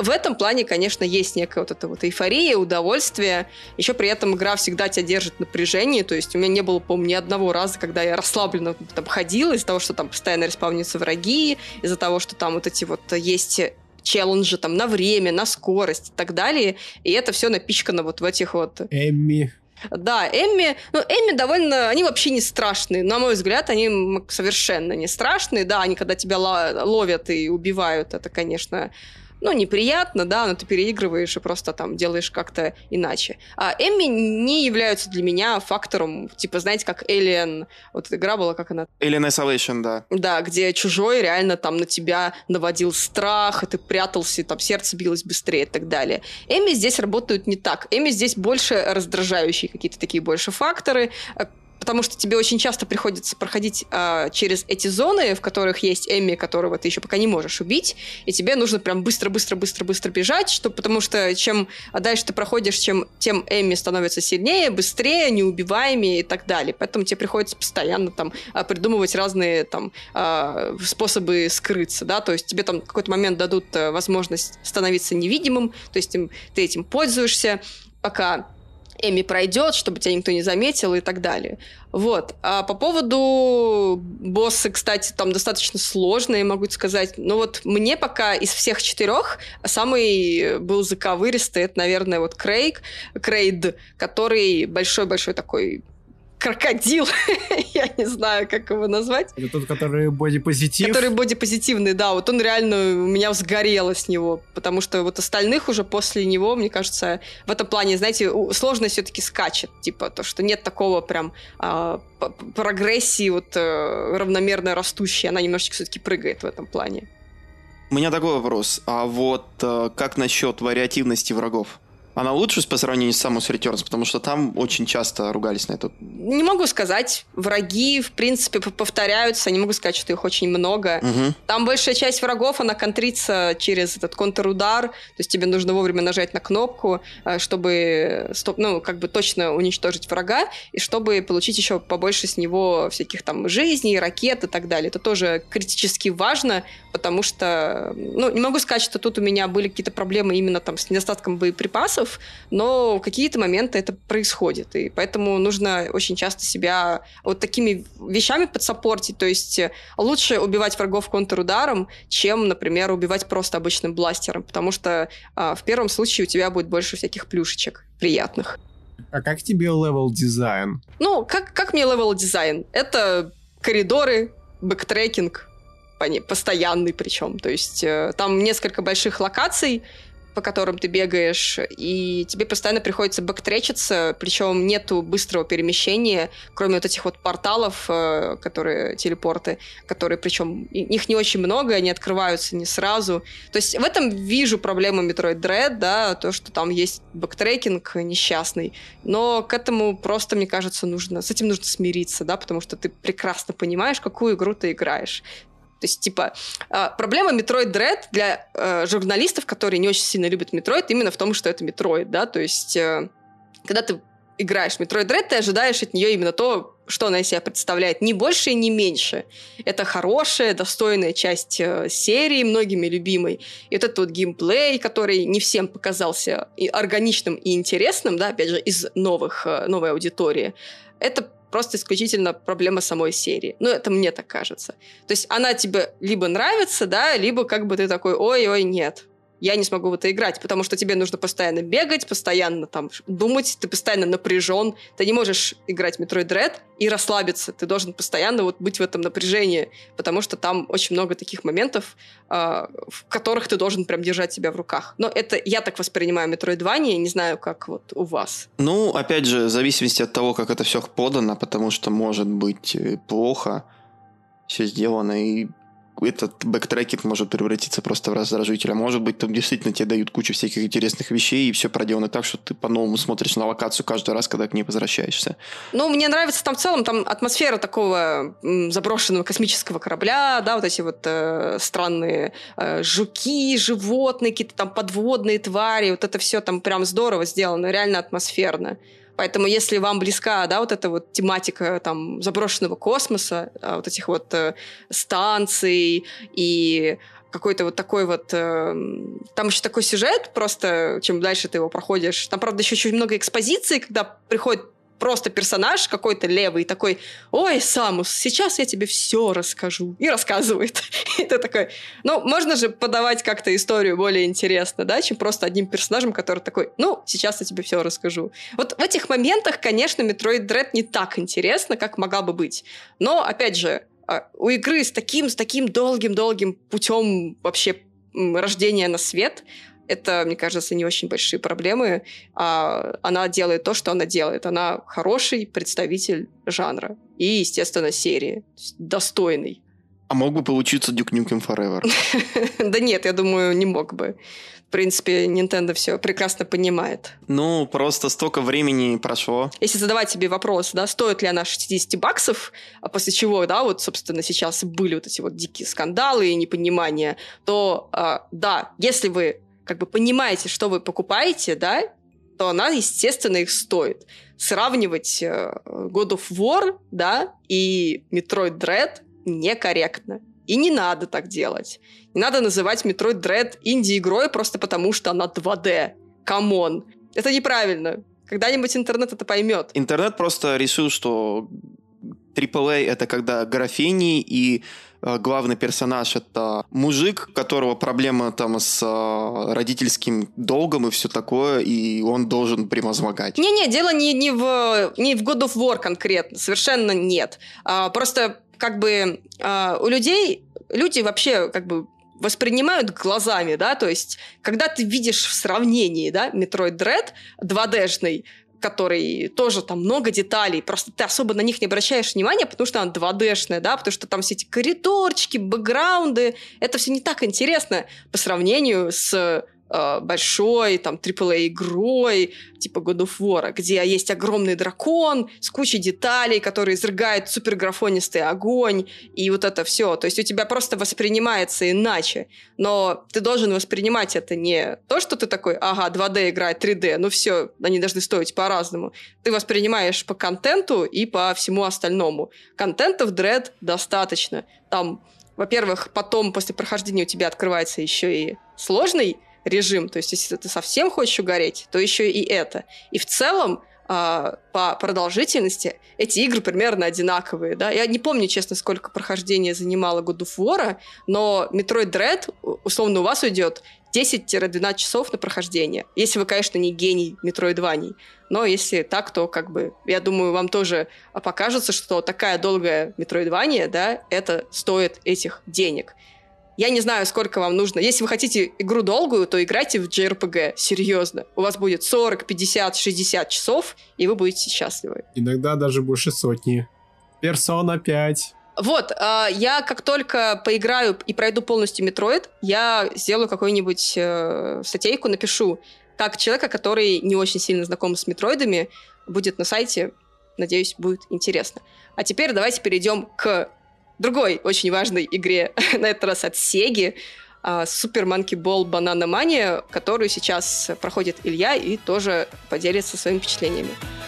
в этом плане, конечно, есть некая вот эта вот эйфория, удовольствие. Еще при этом игра всегда тебя держит в напряжении. То есть у меня не было, по-моему, ни одного раза, когда я расслабленно там ходила из-за того, что там постоянно респаунятся враги, из-за того, что там вот эти вот есть челленджи там на время, на скорость и так далее. И это все напичкано вот в этих вот... Эмми. Да, Эмми, Эмми довольно, они вообще не страшные, на мой взгляд, они совершенно не страшные, да, они когда тебя ловят и убивают, это, конечно, неприятно, да, но ты переигрываешь и просто там делаешь как-то иначе. А Эмми не являются для меня фактором, типа, знаете, как Alien, вот эта игра была, как она? Alien Isolation, да. Да, где чужой реально там на тебя наводил страх, и ты прятался, и там сердце билось быстрее и так далее. Эмми здесь работают не так. Эмми здесь больше раздражающие какие-то такие больше факторы, потому что тебе очень часто приходится проходить через эти зоны, в которых есть Эмми, которого ты еще пока не можешь убить, и тебе нужно прям быстро-быстро-быстро-быстро бежать, потому что чем дальше ты проходишь, тем Эмми становится сильнее, быстрее, неубиваемее и так далее. Поэтому тебе приходится постоянно там придумывать разные там способы скрыться, да, то есть тебе там в какой-то момент дадут возможность становиться невидимым, то есть ты этим пользуешься, пока Эмми пройдет, чтобы тебя никто не заметил и так далее. Вот. А по поводу босса, кстати, там достаточно сложные, могу сказать. Но вот мне пока из всех 4 самый был заковыристый, это, наверное, вот Крейд, который большой-большой такой крокодил, я не знаю, как его назвать. Это тот, который бодипозитив? Который бодипозитивный, да, вот он реально у меня сгорело с него, потому что вот остальных уже после него, мне кажется, в этом плане, знаете, сложность все-таки скачет, типа то, что нет такого прям прогрессии вот равномерно растущей, она немножечко все-таки прыгает в этом плане. У меня такой вопрос, а вот как насчет вариативности врагов? Она лучше по сравнению с Samus Returns, потому что там очень часто ругались на это. Не могу сказать. Враги, в принципе, повторяются. Не могу сказать, что их очень много. Угу. Там большая часть врагов, она контрится через этот контрудар. То есть тебе нужно вовремя нажать на кнопку, чтобы точно уничтожить врага, и чтобы получить еще побольше с него всяких там жизней, ракет и так далее. Это тоже критически важно, потому что... не могу сказать, что тут у меня были какие-то проблемы именно там с недостатком боеприпасов, но в какие-то моменты это происходит, и поэтому нужно очень часто себя вот такими вещами подсаппортить, то есть лучше убивать врагов контрударом, чем, например, убивать просто обычным бластером, потому что в первом случае у тебя будет больше всяких плюшечек приятных. А как тебе левел-дизайн? Как мне левел-дизайн? Это коридоры, бэктрекинг, постоянный причем, то есть там несколько больших локаций, по которым ты бегаешь, и тебе постоянно приходится бэктречиться, причем нету быстрого перемещения, кроме вот этих вот порталов, которые телепорты, которые, причем, их не очень много, они открываются не сразу. То есть в этом вижу проблему Metroid Dread, да, то, что там есть бэктрекинг несчастный, но к этому просто, мне кажется, с этим нужно смириться, да, потому что ты прекрасно понимаешь, какую игру ты играешь. То есть, проблема Metroid Dread для журналистов, которые не очень сильно любят Metroid, именно в том, что это Metroid, да, то есть, когда ты играешь в Metroid Dread, ты ожидаешь от нее именно то, что она из себя представляет, ни больше и ни меньше. Это хорошая, достойная часть серии, многими любимой. И вот этот вот геймплей, который не всем показался и органичным и интересным, да, опять же, из новой аудитории, это просто исключительно проблема самой серии. Это мне так кажется. То есть она тебе либо нравится, да, либо как бы ты такой, ой-ой, нет, я не смогу в это играть, потому что тебе нужно постоянно бегать, постоянно там думать, ты постоянно напряжен, ты не можешь играть в Metroid Dread и расслабиться, ты должен постоянно вот быть в этом напряжении, потому что там очень много таких моментов, в которых ты должен прям держать себя в руках. Но это я так воспринимаю Metroidvania, не знаю, как вот у вас. Опять же, в зависимости от того, как это все подано, потому что может быть плохо все сделано, и этот бэктрекинг может превратиться просто в раздражитель. А может быть, там действительно тебе дают кучу всяких интересных вещей, и все проделано так, что ты по-новому смотришь на локацию каждый раз, когда к ней возвращаешься. Мне нравится там в целом там атмосфера такого заброшенного космического корабля, да, вот эти вот странные жуки, животные, какие-то там подводные твари, вот это все там прям здорово сделано, реально атмосферно. Поэтому, если вам близка, да, вот эта вот тематика там заброшенного космоса, вот этих вот станций и какой-то вот такой вот... Там еще такой сюжет, просто чем дальше ты его проходишь. Там, правда, еще очень много экспозиции, когда приходит просто персонаж какой-то левый такой: ой, Самус, сейчас я тебе все расскажу. И рассказывает. И ты такой... Ну, можно же подавать как-то историю более интересно, да, чем просто одним персонажем, который такой: ну, сейчас я тебе все расскажу. Вот в этих моментах, конечно, Metroid Dread не так интересно, как могла бы быть. Но, опять же, у игры с таким долгим путем вообще рождения на свет, это, мне кажется, не очень большие проблемы. Она делает то, что она делает. Она хороший представитель жанра. И, естественно, серии. Достойный. А мог бы получиться Duke Nukem Forever? Да нет, я думаю, не мог бы. В принципе, Nintendo все прекрасно понимает. Ну, просто столько времени прошло. Если задавать себе вопрос, да, стоит ли она $60, а после чего, да, вот, собственно, сейчас были вот эти вот дикие скандалы и непонимания, то, да, если вы как бы понимаете, что вы покупаете, да, то она, естественно, их стоит. Сравнивать God of War, да, и Metroid Dread некорректно. И не надо так делать. Не надо называть Metroid Dread инди-игрой просто потому, что она 2D. Камон. Это неправильно. Когда-нибудь интернет это поймет. Интернет просто решил, что AAA — это когда графений, и главный персонаж — это мужик, у которого проблема там с родительским долгом и все такое, и он должен превозмогать. Не-не, дело не в God of War конкретно. Совершенно нет. Просто как бы у людей... Люди вообще как бы воспринимают глазами, да, то есть когда ты видишь в сравнении, да, Metroid Dread 2D-шный, который тоже там много деталей, просто ты особо на них не обращаешь внимания, потому что она 2D-шная, да, потому что там все эти коридорчики, бэкграунды, это все не так интересно по сравнению с большой там AAA-игрой типа God of War, где есть огромный дракон с кучей деталей, который изрыгает суперграфонистый огонь, и вот это все. То есть у тебя просто воспринимается иначе. Но ты должен воспринимать это не то, что ты такой: ага, 2D играет 3D, ну все, они должны стоить по-разному. Ты воспринимаешь по контенту и по всему остальному. Контента в Dread достаточно. Там, во-первых, потом, после прохождения, у тебя открывается еще и сложный режим, то есть если ты совсем хочешь угореть, то еще и это. И в целом по продолжительности эти игры примерно одинаковые. Да? Я не помню, честно, сколько прохождения занимало God of War, но Metroid Dread, условно, у вас уйдет 10-12 часов на прохождение. Если вы, конечно, не гений метроидваний. Но если так, то, как бы, я думаю, вам тоже покажется, что такая долгая метроидвания, да, это стоит этих денег. Я не знаю, сколько вам нужно. Если вы хотите игру долгую, то играйте в JRPG. Серьезно. У вас будет 40, 50, 60 часов, и вы будете счастливы. Иногда даже больше сотни. Persona 5. Вот, я как только поиграю и пройду полностью Metroid, я сделаю какую-нибудь статейку, напишу, как человека, который не очень сильно знаком с метроидами, будет на сайте. Надеюсь, будет интересно. А теперь давайте перейдем к другой очень важной игре, на этот раз от Sega, Super Monkey Ball Banana Mania, которую сейчас проходит Илья и тоже поделится своими впечатлениями.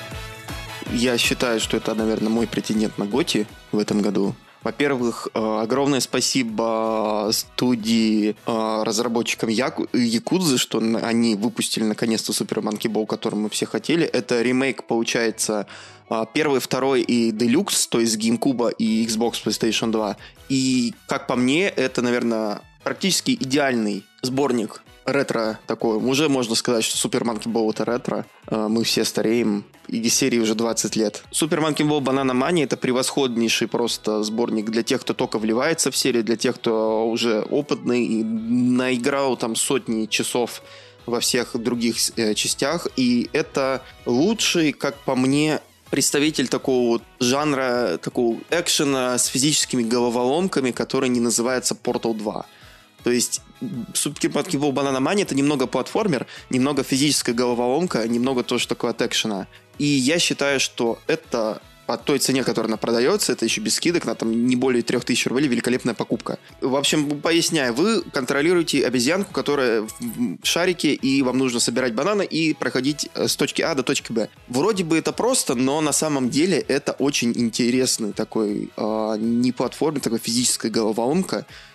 Я считаю, что это, наверное, мой претендент на Готи в этом году. Во-первых, огромное спасибо студии разработчикам Якудзы, что они выпустили наконец-то Super Monkey Ball, который мы все хотели. Это ремейк, получается, первый, второй и Deluxe, то есть GameCube и Xbox PlayStation 2. И, как по мне, это, наверное, практически идеальный сборник ретро такой. Уже можно сказать, что Super Monkey Ball — это ретро. Мы все стареем. И серии уже 20 лет. Super Monkey Ball Banana Mania — это превосходнейший просто сборник для тех, кто только вливается в серию, для тех, кто уже опытный и наиграл там сотни часов во всех других частях. И это лучший, как по мне, представитель такого жанра, такого экшена с физическими головоломками, который не называется Portal 2. То есть Super Monkey Ball Banana Mania — это немного платформер, немного физическая головоломка, немного тоже такое от экшена. И я считаю, что это по той цене, которая она продается, это еще без скидок, на там не более 3000 рублей, великолепная покупка. В общем, поясняю, вы контролируете обезьянку, которая в шарике, и вам нужно собирать бананы и проходить с точки А до точки Б. Вроде бы это просто, но на самом деле это очень интересный такой не платформер, такой физическая головоломка.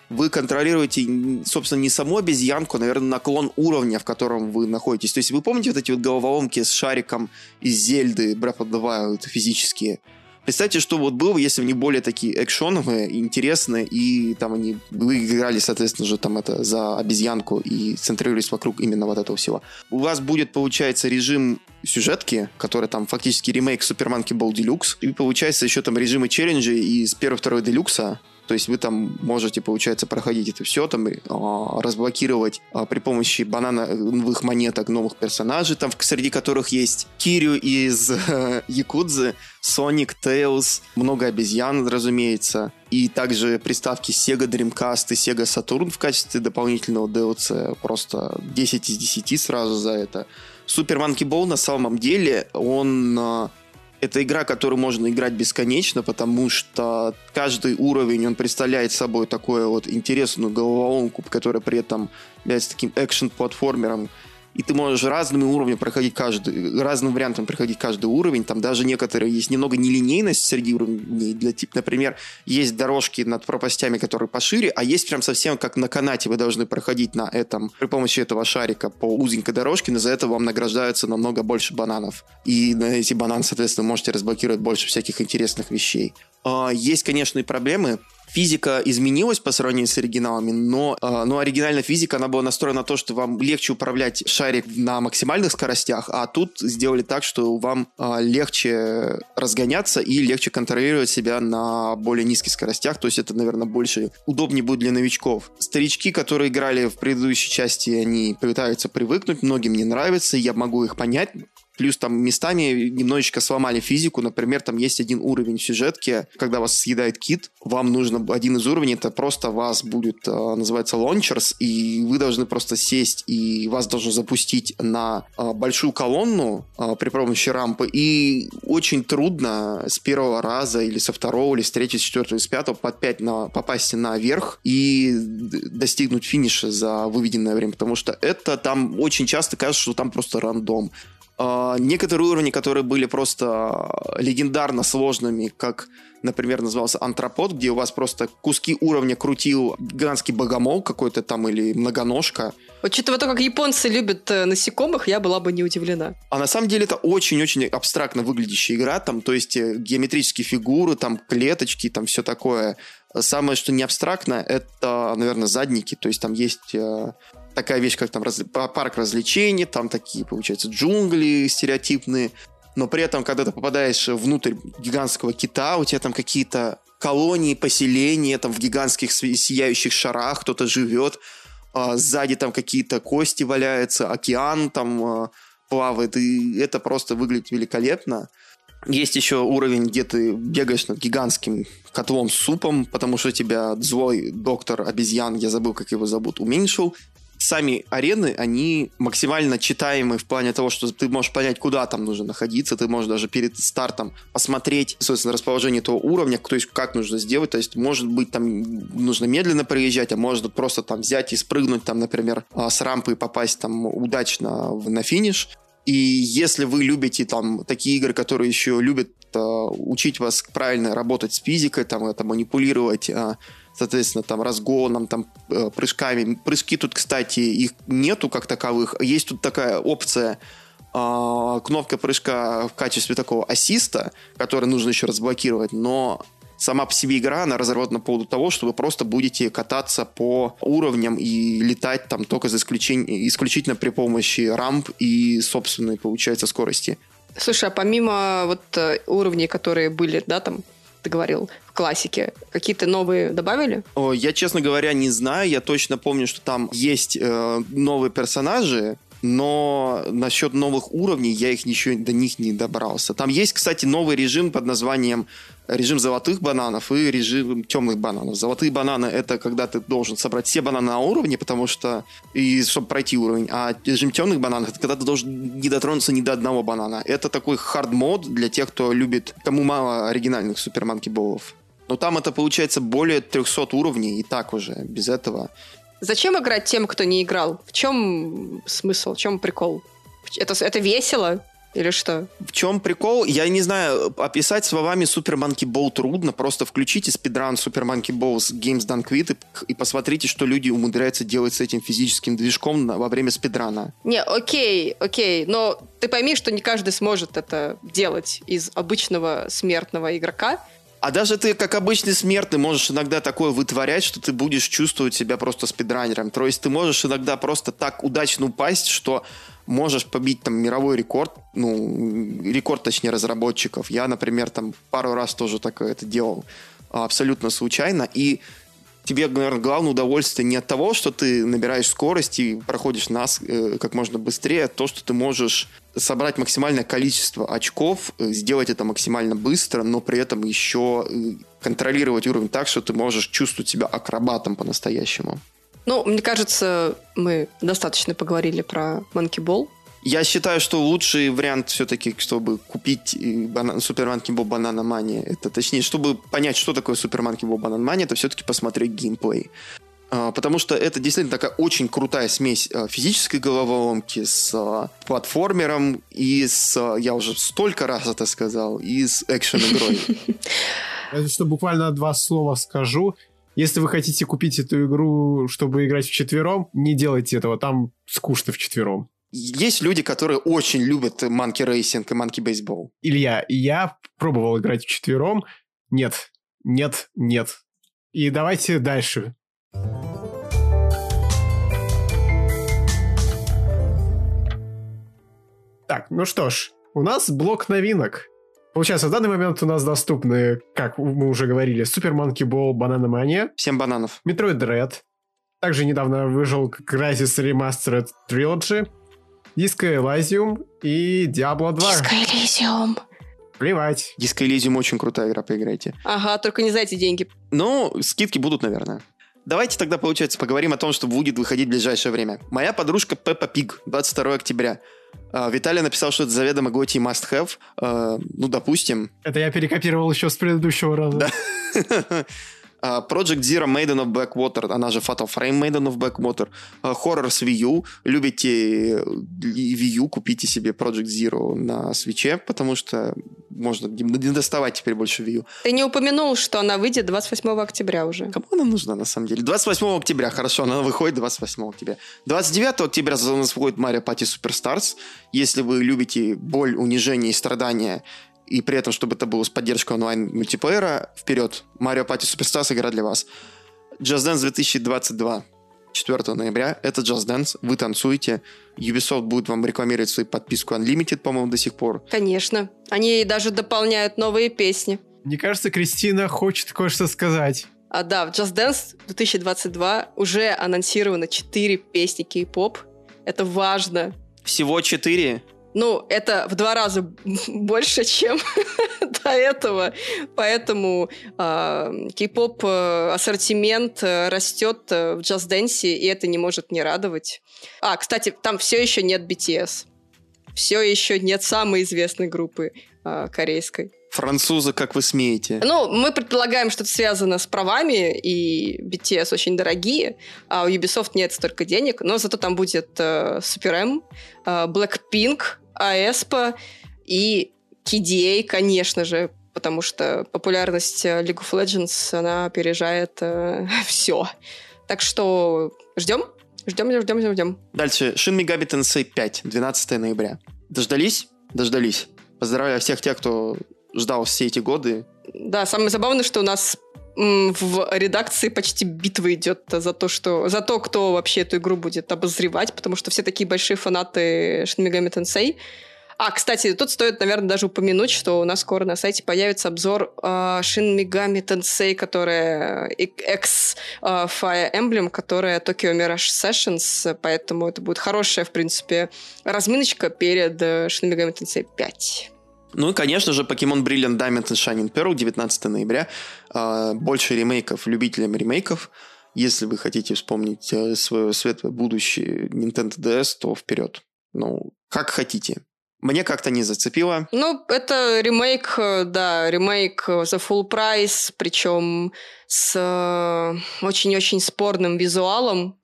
вы контролируете, собственно, не саму обезьянку, а, наверное, наклон уровня, в котором вы находитесь. То есть вы помните вот эти вот головоломки с шариком из Зельды, Breath of the Wild, физические? Представьте, что вот было бы, если они более такие экшоновые, интересные, и там вы играли, соответственно же, там это за обезьянку и центрировались вокруг именно вот этого всего. У вас будет, получается, режим сюжетки, который там фактически ремейк Super Monkey Ball Deluxe, и получается еще там режимы челленджей из 1-2 Делюкса. То есть вы там можете, получается, проходить это все, там разблокировать при помощи банановых монеток новых персонажей, там, среди которых есть Кирю из Якудзы, Соник, Тейлз, много обезьян, разумеется, и также приставки Sega Dreamcast и Sega Saturn в качестве дополнительного DLC, просто 10 из 10 сразу за это. Super Monkey Ball на самом деле, это игра, которую можно играть бесконечно, потому что каждый уровень, он представляет собой такую вот интересную головоломку, которая при этом является таким экшен-платформером. И ты можешь разным вариантом проходить каждый уровень. Там даже некоторые есть немного нелинейность среди уровней. Например, есть дорожки над пропастями, которые пошире, а есть прям совсем как на канате. Вы должны проходить при помощи этого шарика по узенькой дорожке, но за это вам награждаются намного больше бананов. И на эти бананы, соответственно, можете разблокировать больше всяких интересных вещей. Есть, конечно, и проблемы. Физика изменилась по сравнению с оригиналами, но оригинальная физика, она была настроена на то, что вам легче управлять шарик на максимальных скоростях, а тут сделали так, что вам легче разгоняться и легче контролировать себя на более низких скоростях, то есть это, наверное, удобнее будет для новичков. Старички, которые играли в предыдущей части, они пытаются привыкнуть, многим не нравится, я могу их понять. Плюс там местами немножечко сломали физику. Например, там есть один уровень в сюжетке, когда вас съедает кит. Вам нужно один из уровней, это просто вас будет, называется, launchers, и вы должны просто сесть, и вас должны запустить на большую колонну при помощи рампы. И очень трудно с первого раза, или со второго, или с третьего, с четвертого, или с пятого попасть наверх и достигнуть финиша за выведенное время. Потому что это там очень часто кажется, что там просто рандом. Некоторые уровни, которые были просто легендарно сложными, как, например, назывался Антропод, где у вас просто куски уровня крутил гигантский богомол какой-то там или многоножка. Учитывая то, как японцы любят насекомых, я была бы не удивлена. А на самом деле это очень-очень абстрактно выглядящая игра, там, то есть геометрические фигуры, там клеточки, там все такое. Самое, что не абстрактно, это, наверное, задники, то есть там есть... такая вещь, как там парк развлечений, там такие, получается, джунгли стереотипные, но при этом, когда ты попадаешь внутрь гигантского кита, у тебя там какие-то колонии, поселения, там в гигантских сияющих шарах кто-то живет, сзади там какие-то кости валяются, океан там плавает, и это просто выглядит великолепно. Есть еще уровень, где ты бегаешь над гигантским котлом с супом, потому что тебя злой доктор обезьян, я забыл, как его зовут, уменьшил. Сами арены, они максимально читаемы в плане того, что ты можешь понять, куда там нужно находиться, ты можешь даже перед стартом посмотреть, собственно, расположение этого уровня, то есть как нужно сделать, то есть может быть там нужно медленно проезжать, а может просто там взять и спрыгнуть там, например, с рампы и попасть там удачно на финиш. И если вы любите там такие игры, которые еще любят учить вас правильно работать с физикой, там это манипулировать, соответственно, там разгоном, там прыжками. Прыжки тут, кстати, их нету как таковых. Есть тут такая опция, кнопка прыжка в качестве такого ассиста, который нужно еще разблокировать, но сама по себе игра, она разработана по поводу того, что вы просто будете кататься по уровням и летать там только исключительно при помощи рамп и собственной, получается, скорости. Слушай, а помимо вот уровней, которые были, да, там, ты говорил, в классике, какие-то новые добавили? Я, честно говоря, не знаю. Я точно помню, что там есть новые персонажи, но насчет новых уровней я еще до них не добрался. Там есть, кстати, новый режим под названием режим золотых бананов и режим темных бананов. Золотые бананы — это когда ты должен собрать все бананы на уровне, потому что чтобы пройти уровень. А режим темных бананов — это когда ты должен не дотронуться ни до одного банана. Это такой хард-мод для тех, кто любит, кому мало оригинальных Super Monkey Ball'ов. Но там это получается более 300 уровней, и так уже, без этого. Зачем играть тем, кто не играл? В чем смысл, в чем прикол? Это весело? Или что? В чем прикол? Я не знаю, описать словами Super Monkey Ball трудно. Просто включите спидран Super Monkey Ball с Games Done Quick и посмотрите, что люди умудряются делать с этим физическим движком во время спидрана. Не, окей, но ты пойми, что не каждый сможет это делать из обычного смертного игрока. А даже ты, как обычный смертный, можешь иногда такое вытворять, что ты будешь чувствовать себя просто спидранером. То есть ты можешь иногда просто так удачно упасть, что можешь побить там мировой рекорд, рекорд, точнее, разработчиков. Я, например, там пару раз тоже так это делал абсолютно случайно. И тебе, наверное, главное удовольствие не от того, что ты набираешь скорость и проходишь нас как можно быстрее, а то, что ты можешь собрать максимальное количество очков, сделать это максимально быстро, но при этом еще контролировать уровень так, что ты можешь чувствовать себя акробатом по-настоящему. Мне кажется, мы достаточно поговорили про Monkey Ball. Я считаю, что лучший вариант все-таки, чтобы купить Super Monkey Ball Banana Mania, это, точнее, чтобы понять, что такое Super Monkey Ball Banana Mania, это все-таки посмотреть геймплей. Потому что это действительно такая очень крутая смесь физической головоломки с платформером и я уже столько раз это сказал, и с экшен-игрой. Что буквально 2 слова скажу. Если вы хотите купить эту игру, чтобы играть вчетвером, не делайте этого, там скучно вчетвером. Есть люди, которые очень любят Monkey Racing и Monkey Baseball. Илья, я пробовал играть вчетвером. Нет. И давайте дальше. Так, ну что ж, у нас блок новинок. Получается, в данный момент у нас доступны, как мы уже говорили, Super Monkey Ball Banana Mania. Всем бананов. Metroid Dread. Также недавно вышел Crysis Remastered Trilogy. Disco Elysium и Diablo 2. Disco Elysium. Плевать. Disco Elysium очень крутая игра, поиграйте. Ага, только не за эти деньги. Скидки будут, наверное. Давайте тогда, получается, поговорим о том, что будет выходить в ближайшее время. Моя подружка Пеппа Пиг, 22 октября. Виталий написал, что это заведомо GOTY must have. Допустим. Это я перекопировал еще с предыдущего раза. Да. Project Zero Maiden of Blackwater, она же Fatal Frame Maiden of Blackwater, Horror с Wii U. Любите Wii U, купите себе Project Zero на Switch'е, потому что можно не доставать теперь больше Wii U. Ты не упомянул, что она выйдет 28 октября уже. Кому она нужна, на самом деле? 28 октября, хорошо, она выходит 28 октября. 29 октября у нас выходит Mario Party Superstars. Если вы любите боль, унижение и страдания, и при этом, чтобы это было с поддержкой онлайн-мультиплеера, вперед. Mario Party Superstars — игра для вас. Just Dance 2022. 4 ноября. Это Just Dance. Вы танцуете. Ubisoft будет вам рекламировать свою подписку Unlimited, по-моему, до сих пор. Конечно. Они даже дополняют новые песни. Мне кажется, Кристина хочет кое-что сказать. Да, в Just Dance 2022 уже анонсировано 4 песни кей-поп. Это важно. Всего 4? Это в 2 раза больше, чем до этого. Поэтому кей-поп ассортимент растет в Just Dance, и это не может не радовать. Кстати, там все еще нет BTS. Все еще нет самой известной группы корейской. Французы, как вы смеете? Мы предполагаем, что это связано с правами, и BTS очень дорогие, а у Ubisoft нет столько денег, но зато там будет Super M, Blackpink, aespa и KDA, конечно же, потому что популярность League of Legends, она опережает все. Так что ждем. Дальше. Shin Megami Tensei 5, 12 ноября. Дождались? Дождались. Поздравляю всех тех, кто ждал все эти годы. Да, самое забавное, что у нас в редакции почти битва идет за то, кто вообще эту игру будет обозревать, потому что все такие большие фанаты Shin Megami Tensei. Кстати, тут стоит, наверное, даже упомянуть, что у нас скоро на сайте появится обзор Shin Megami Tensei, которая X Fire Emblem, которая Tokyo Mirage Sessions, поэтому это будет хорошая, в принципе, разминочка перед Shin Megami Tensei 5. И, конечно же, Pokemon Brilliant Diamond and Shining Pearl, 19 ноября. Больше ремейков любителям ремейков. Если вы хотите вспомнить свое светлое будущее Nintendo DS, то вперед. Как хотите. Мне как-то не зацепило. Это ремейк, ремейк за full прайс, причем с очень-очень спорным визуалом.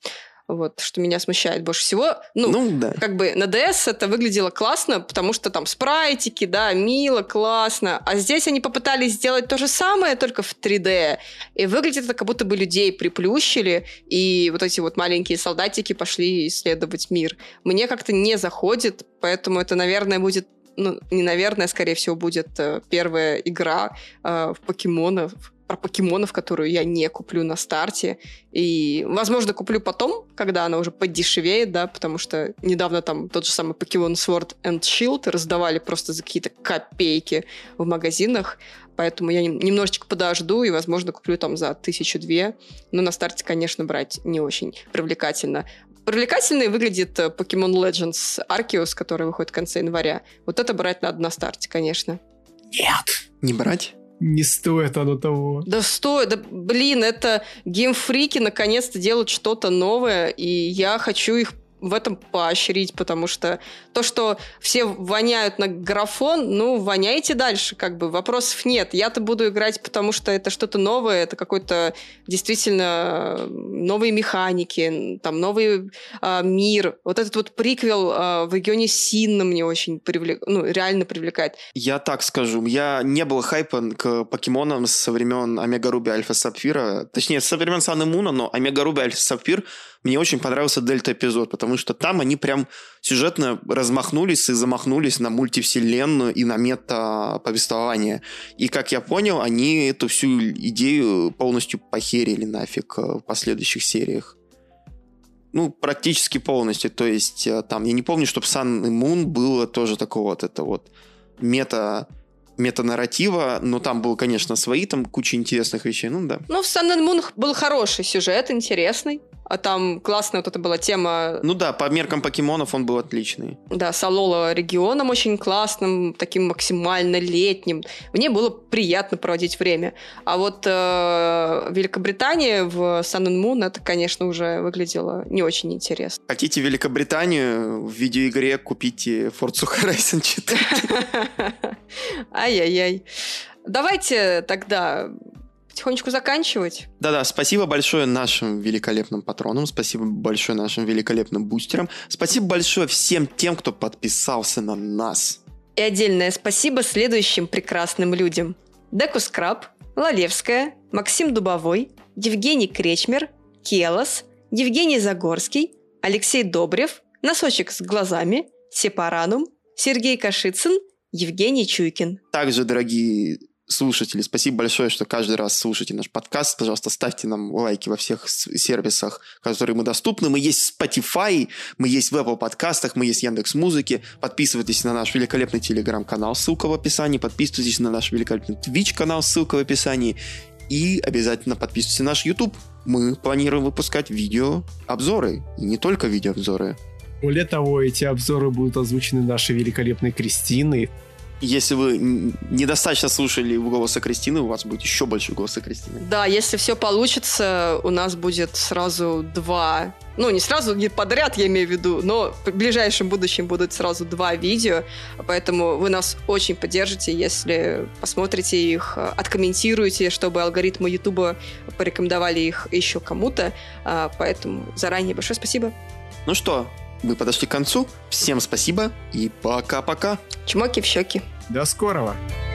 Вот, что меня смущает больше всего. Да. Как бы на DS это выглядело классно, потому что там спрайтики, да, мило, классно. А здесь они попытались сделать то же самое, только в 3D. И выглядит это, как будто бы людей приплющили, и вот эти вот маленькие солдатики пошли исследовать мир. Мне как-то не заходит, поэтому это, наверное, будет... не наверное, скорее всего, будет первая игра в покемонов, про покемонов, которую я не куплю на старте. И, возможно, куплю потом, когда она уже подешевеет, да, потому что недавно там тот же самый Pokemon Sword and Shield раздавали просто за какие-то копейки в магазинах. Поэтому я немножечко подожду и, возможно, куплю там за 1000-2. Но на старте, конечно, брать не очень привлекательно. Привлекательной выглядит Pokemon Legends Arceus, который выходит в конце января. Вот это брать надо на старте, конечно. Нет. Не брать? Не стоит оно того. Да стоит, да блин, это геймфрики наконец-то делают что-то новое, и я хочу их в этом поощрить, потому что то, что все воняют на графон, воняйте дальше, как бы, вопросов нет. Я-то буду играть, потому что это что-то новое, это какой-то действительно новые механики, там, новый мир. Вот этот вот приквел в регионе Синна мне очень реально привлекает. Я так скажу, я не был хайпа к покемонам со времен Омега Руби Альфа Сапфира, точнее, со времен Сан и Муна, но Омега Руби Альфа Сапфир мне очень понравился Дельта-эпизод, потому что там они прям сюжетно размахнулись и замахнулись на мультивселенную и на мета-повествование. И, как я понял, они эту всю идею полностью похерили нафиг в последующих сериях. Практически полностью. То есть, там, я не помню, чтобы Sun и Moon было тоже такого вот это вот мета-нарратива, но там было, конечно, свои там куча интересных вещей, да. В Sun and Moon был хороший сюжет, интересный. А там классная вот эта была тема... По меркам покемонов он был отличный. Да, с Алола регионом очень классным, таким максимально летним. Мне было приятно проводить время. А вот Великобритания в Sun and Moon, это, конечно, уже выглядело не очень интересно. Хотите Великобританию в видеоигре, купите Forza Horizon 4. Ай-яй-яй. Давайте тогда... потихонечку заканчивать. Да-да, спасибо большое нашим великолепным патронам, спасибо большое нашим великолепным бустерам, спасибо большое всем тем, кто подписался на нас. И отдельное спасибо следующим прекрасным людям. Декус Краб, Лалевская, Максим Дубовой, Евгений Кречмер, Келос, Евгений Загорский, Алексей Добрев, Носочек с глазами, Сепаранум, Сергей Кашицын, Евгений Чуйкин. Также, дорогие слушатели, спасибо большое, что каждый раз слушаете наш подкаст. Пожалуйста, ставьте нам лайки во всех сервисах, которые мы доступны. Мы есть в Spotify, мы есть в Apple подкастах, мы есть в Яндекс.Музыке. Подписывайтесь на наш великолепный телеграм-канал, ссылка в описании. Подписывайтесь на наш великолепный Twitch-канал, ссылка в описании. И обязательно подписывайтесь на наш YouTube. Мы планируем выпускать видеообзоры. И не только видеообзоры. Более того, эти обзоры будут озвучены нашей великолепной Кристиной. Если вы недостаточно слушали голоса Кристины, у вас будет еще больше голоса Кристины. Да, если все получится, у нас будет сразу 2... не сразу, не подряд, я имею в виду, но в ближайшем будущем будут сразу 2 видео, поэтому вы нас очень поддержите, если посмотрите их, откомментируете, чтобы алгоритмы Ютуба порекомендовали их еще кому-то, поэтому заранее большое спасибо. Ну что, мы подошли к концу. Всем спасибо и пока-пока. Чмоки в щеки. До скорого.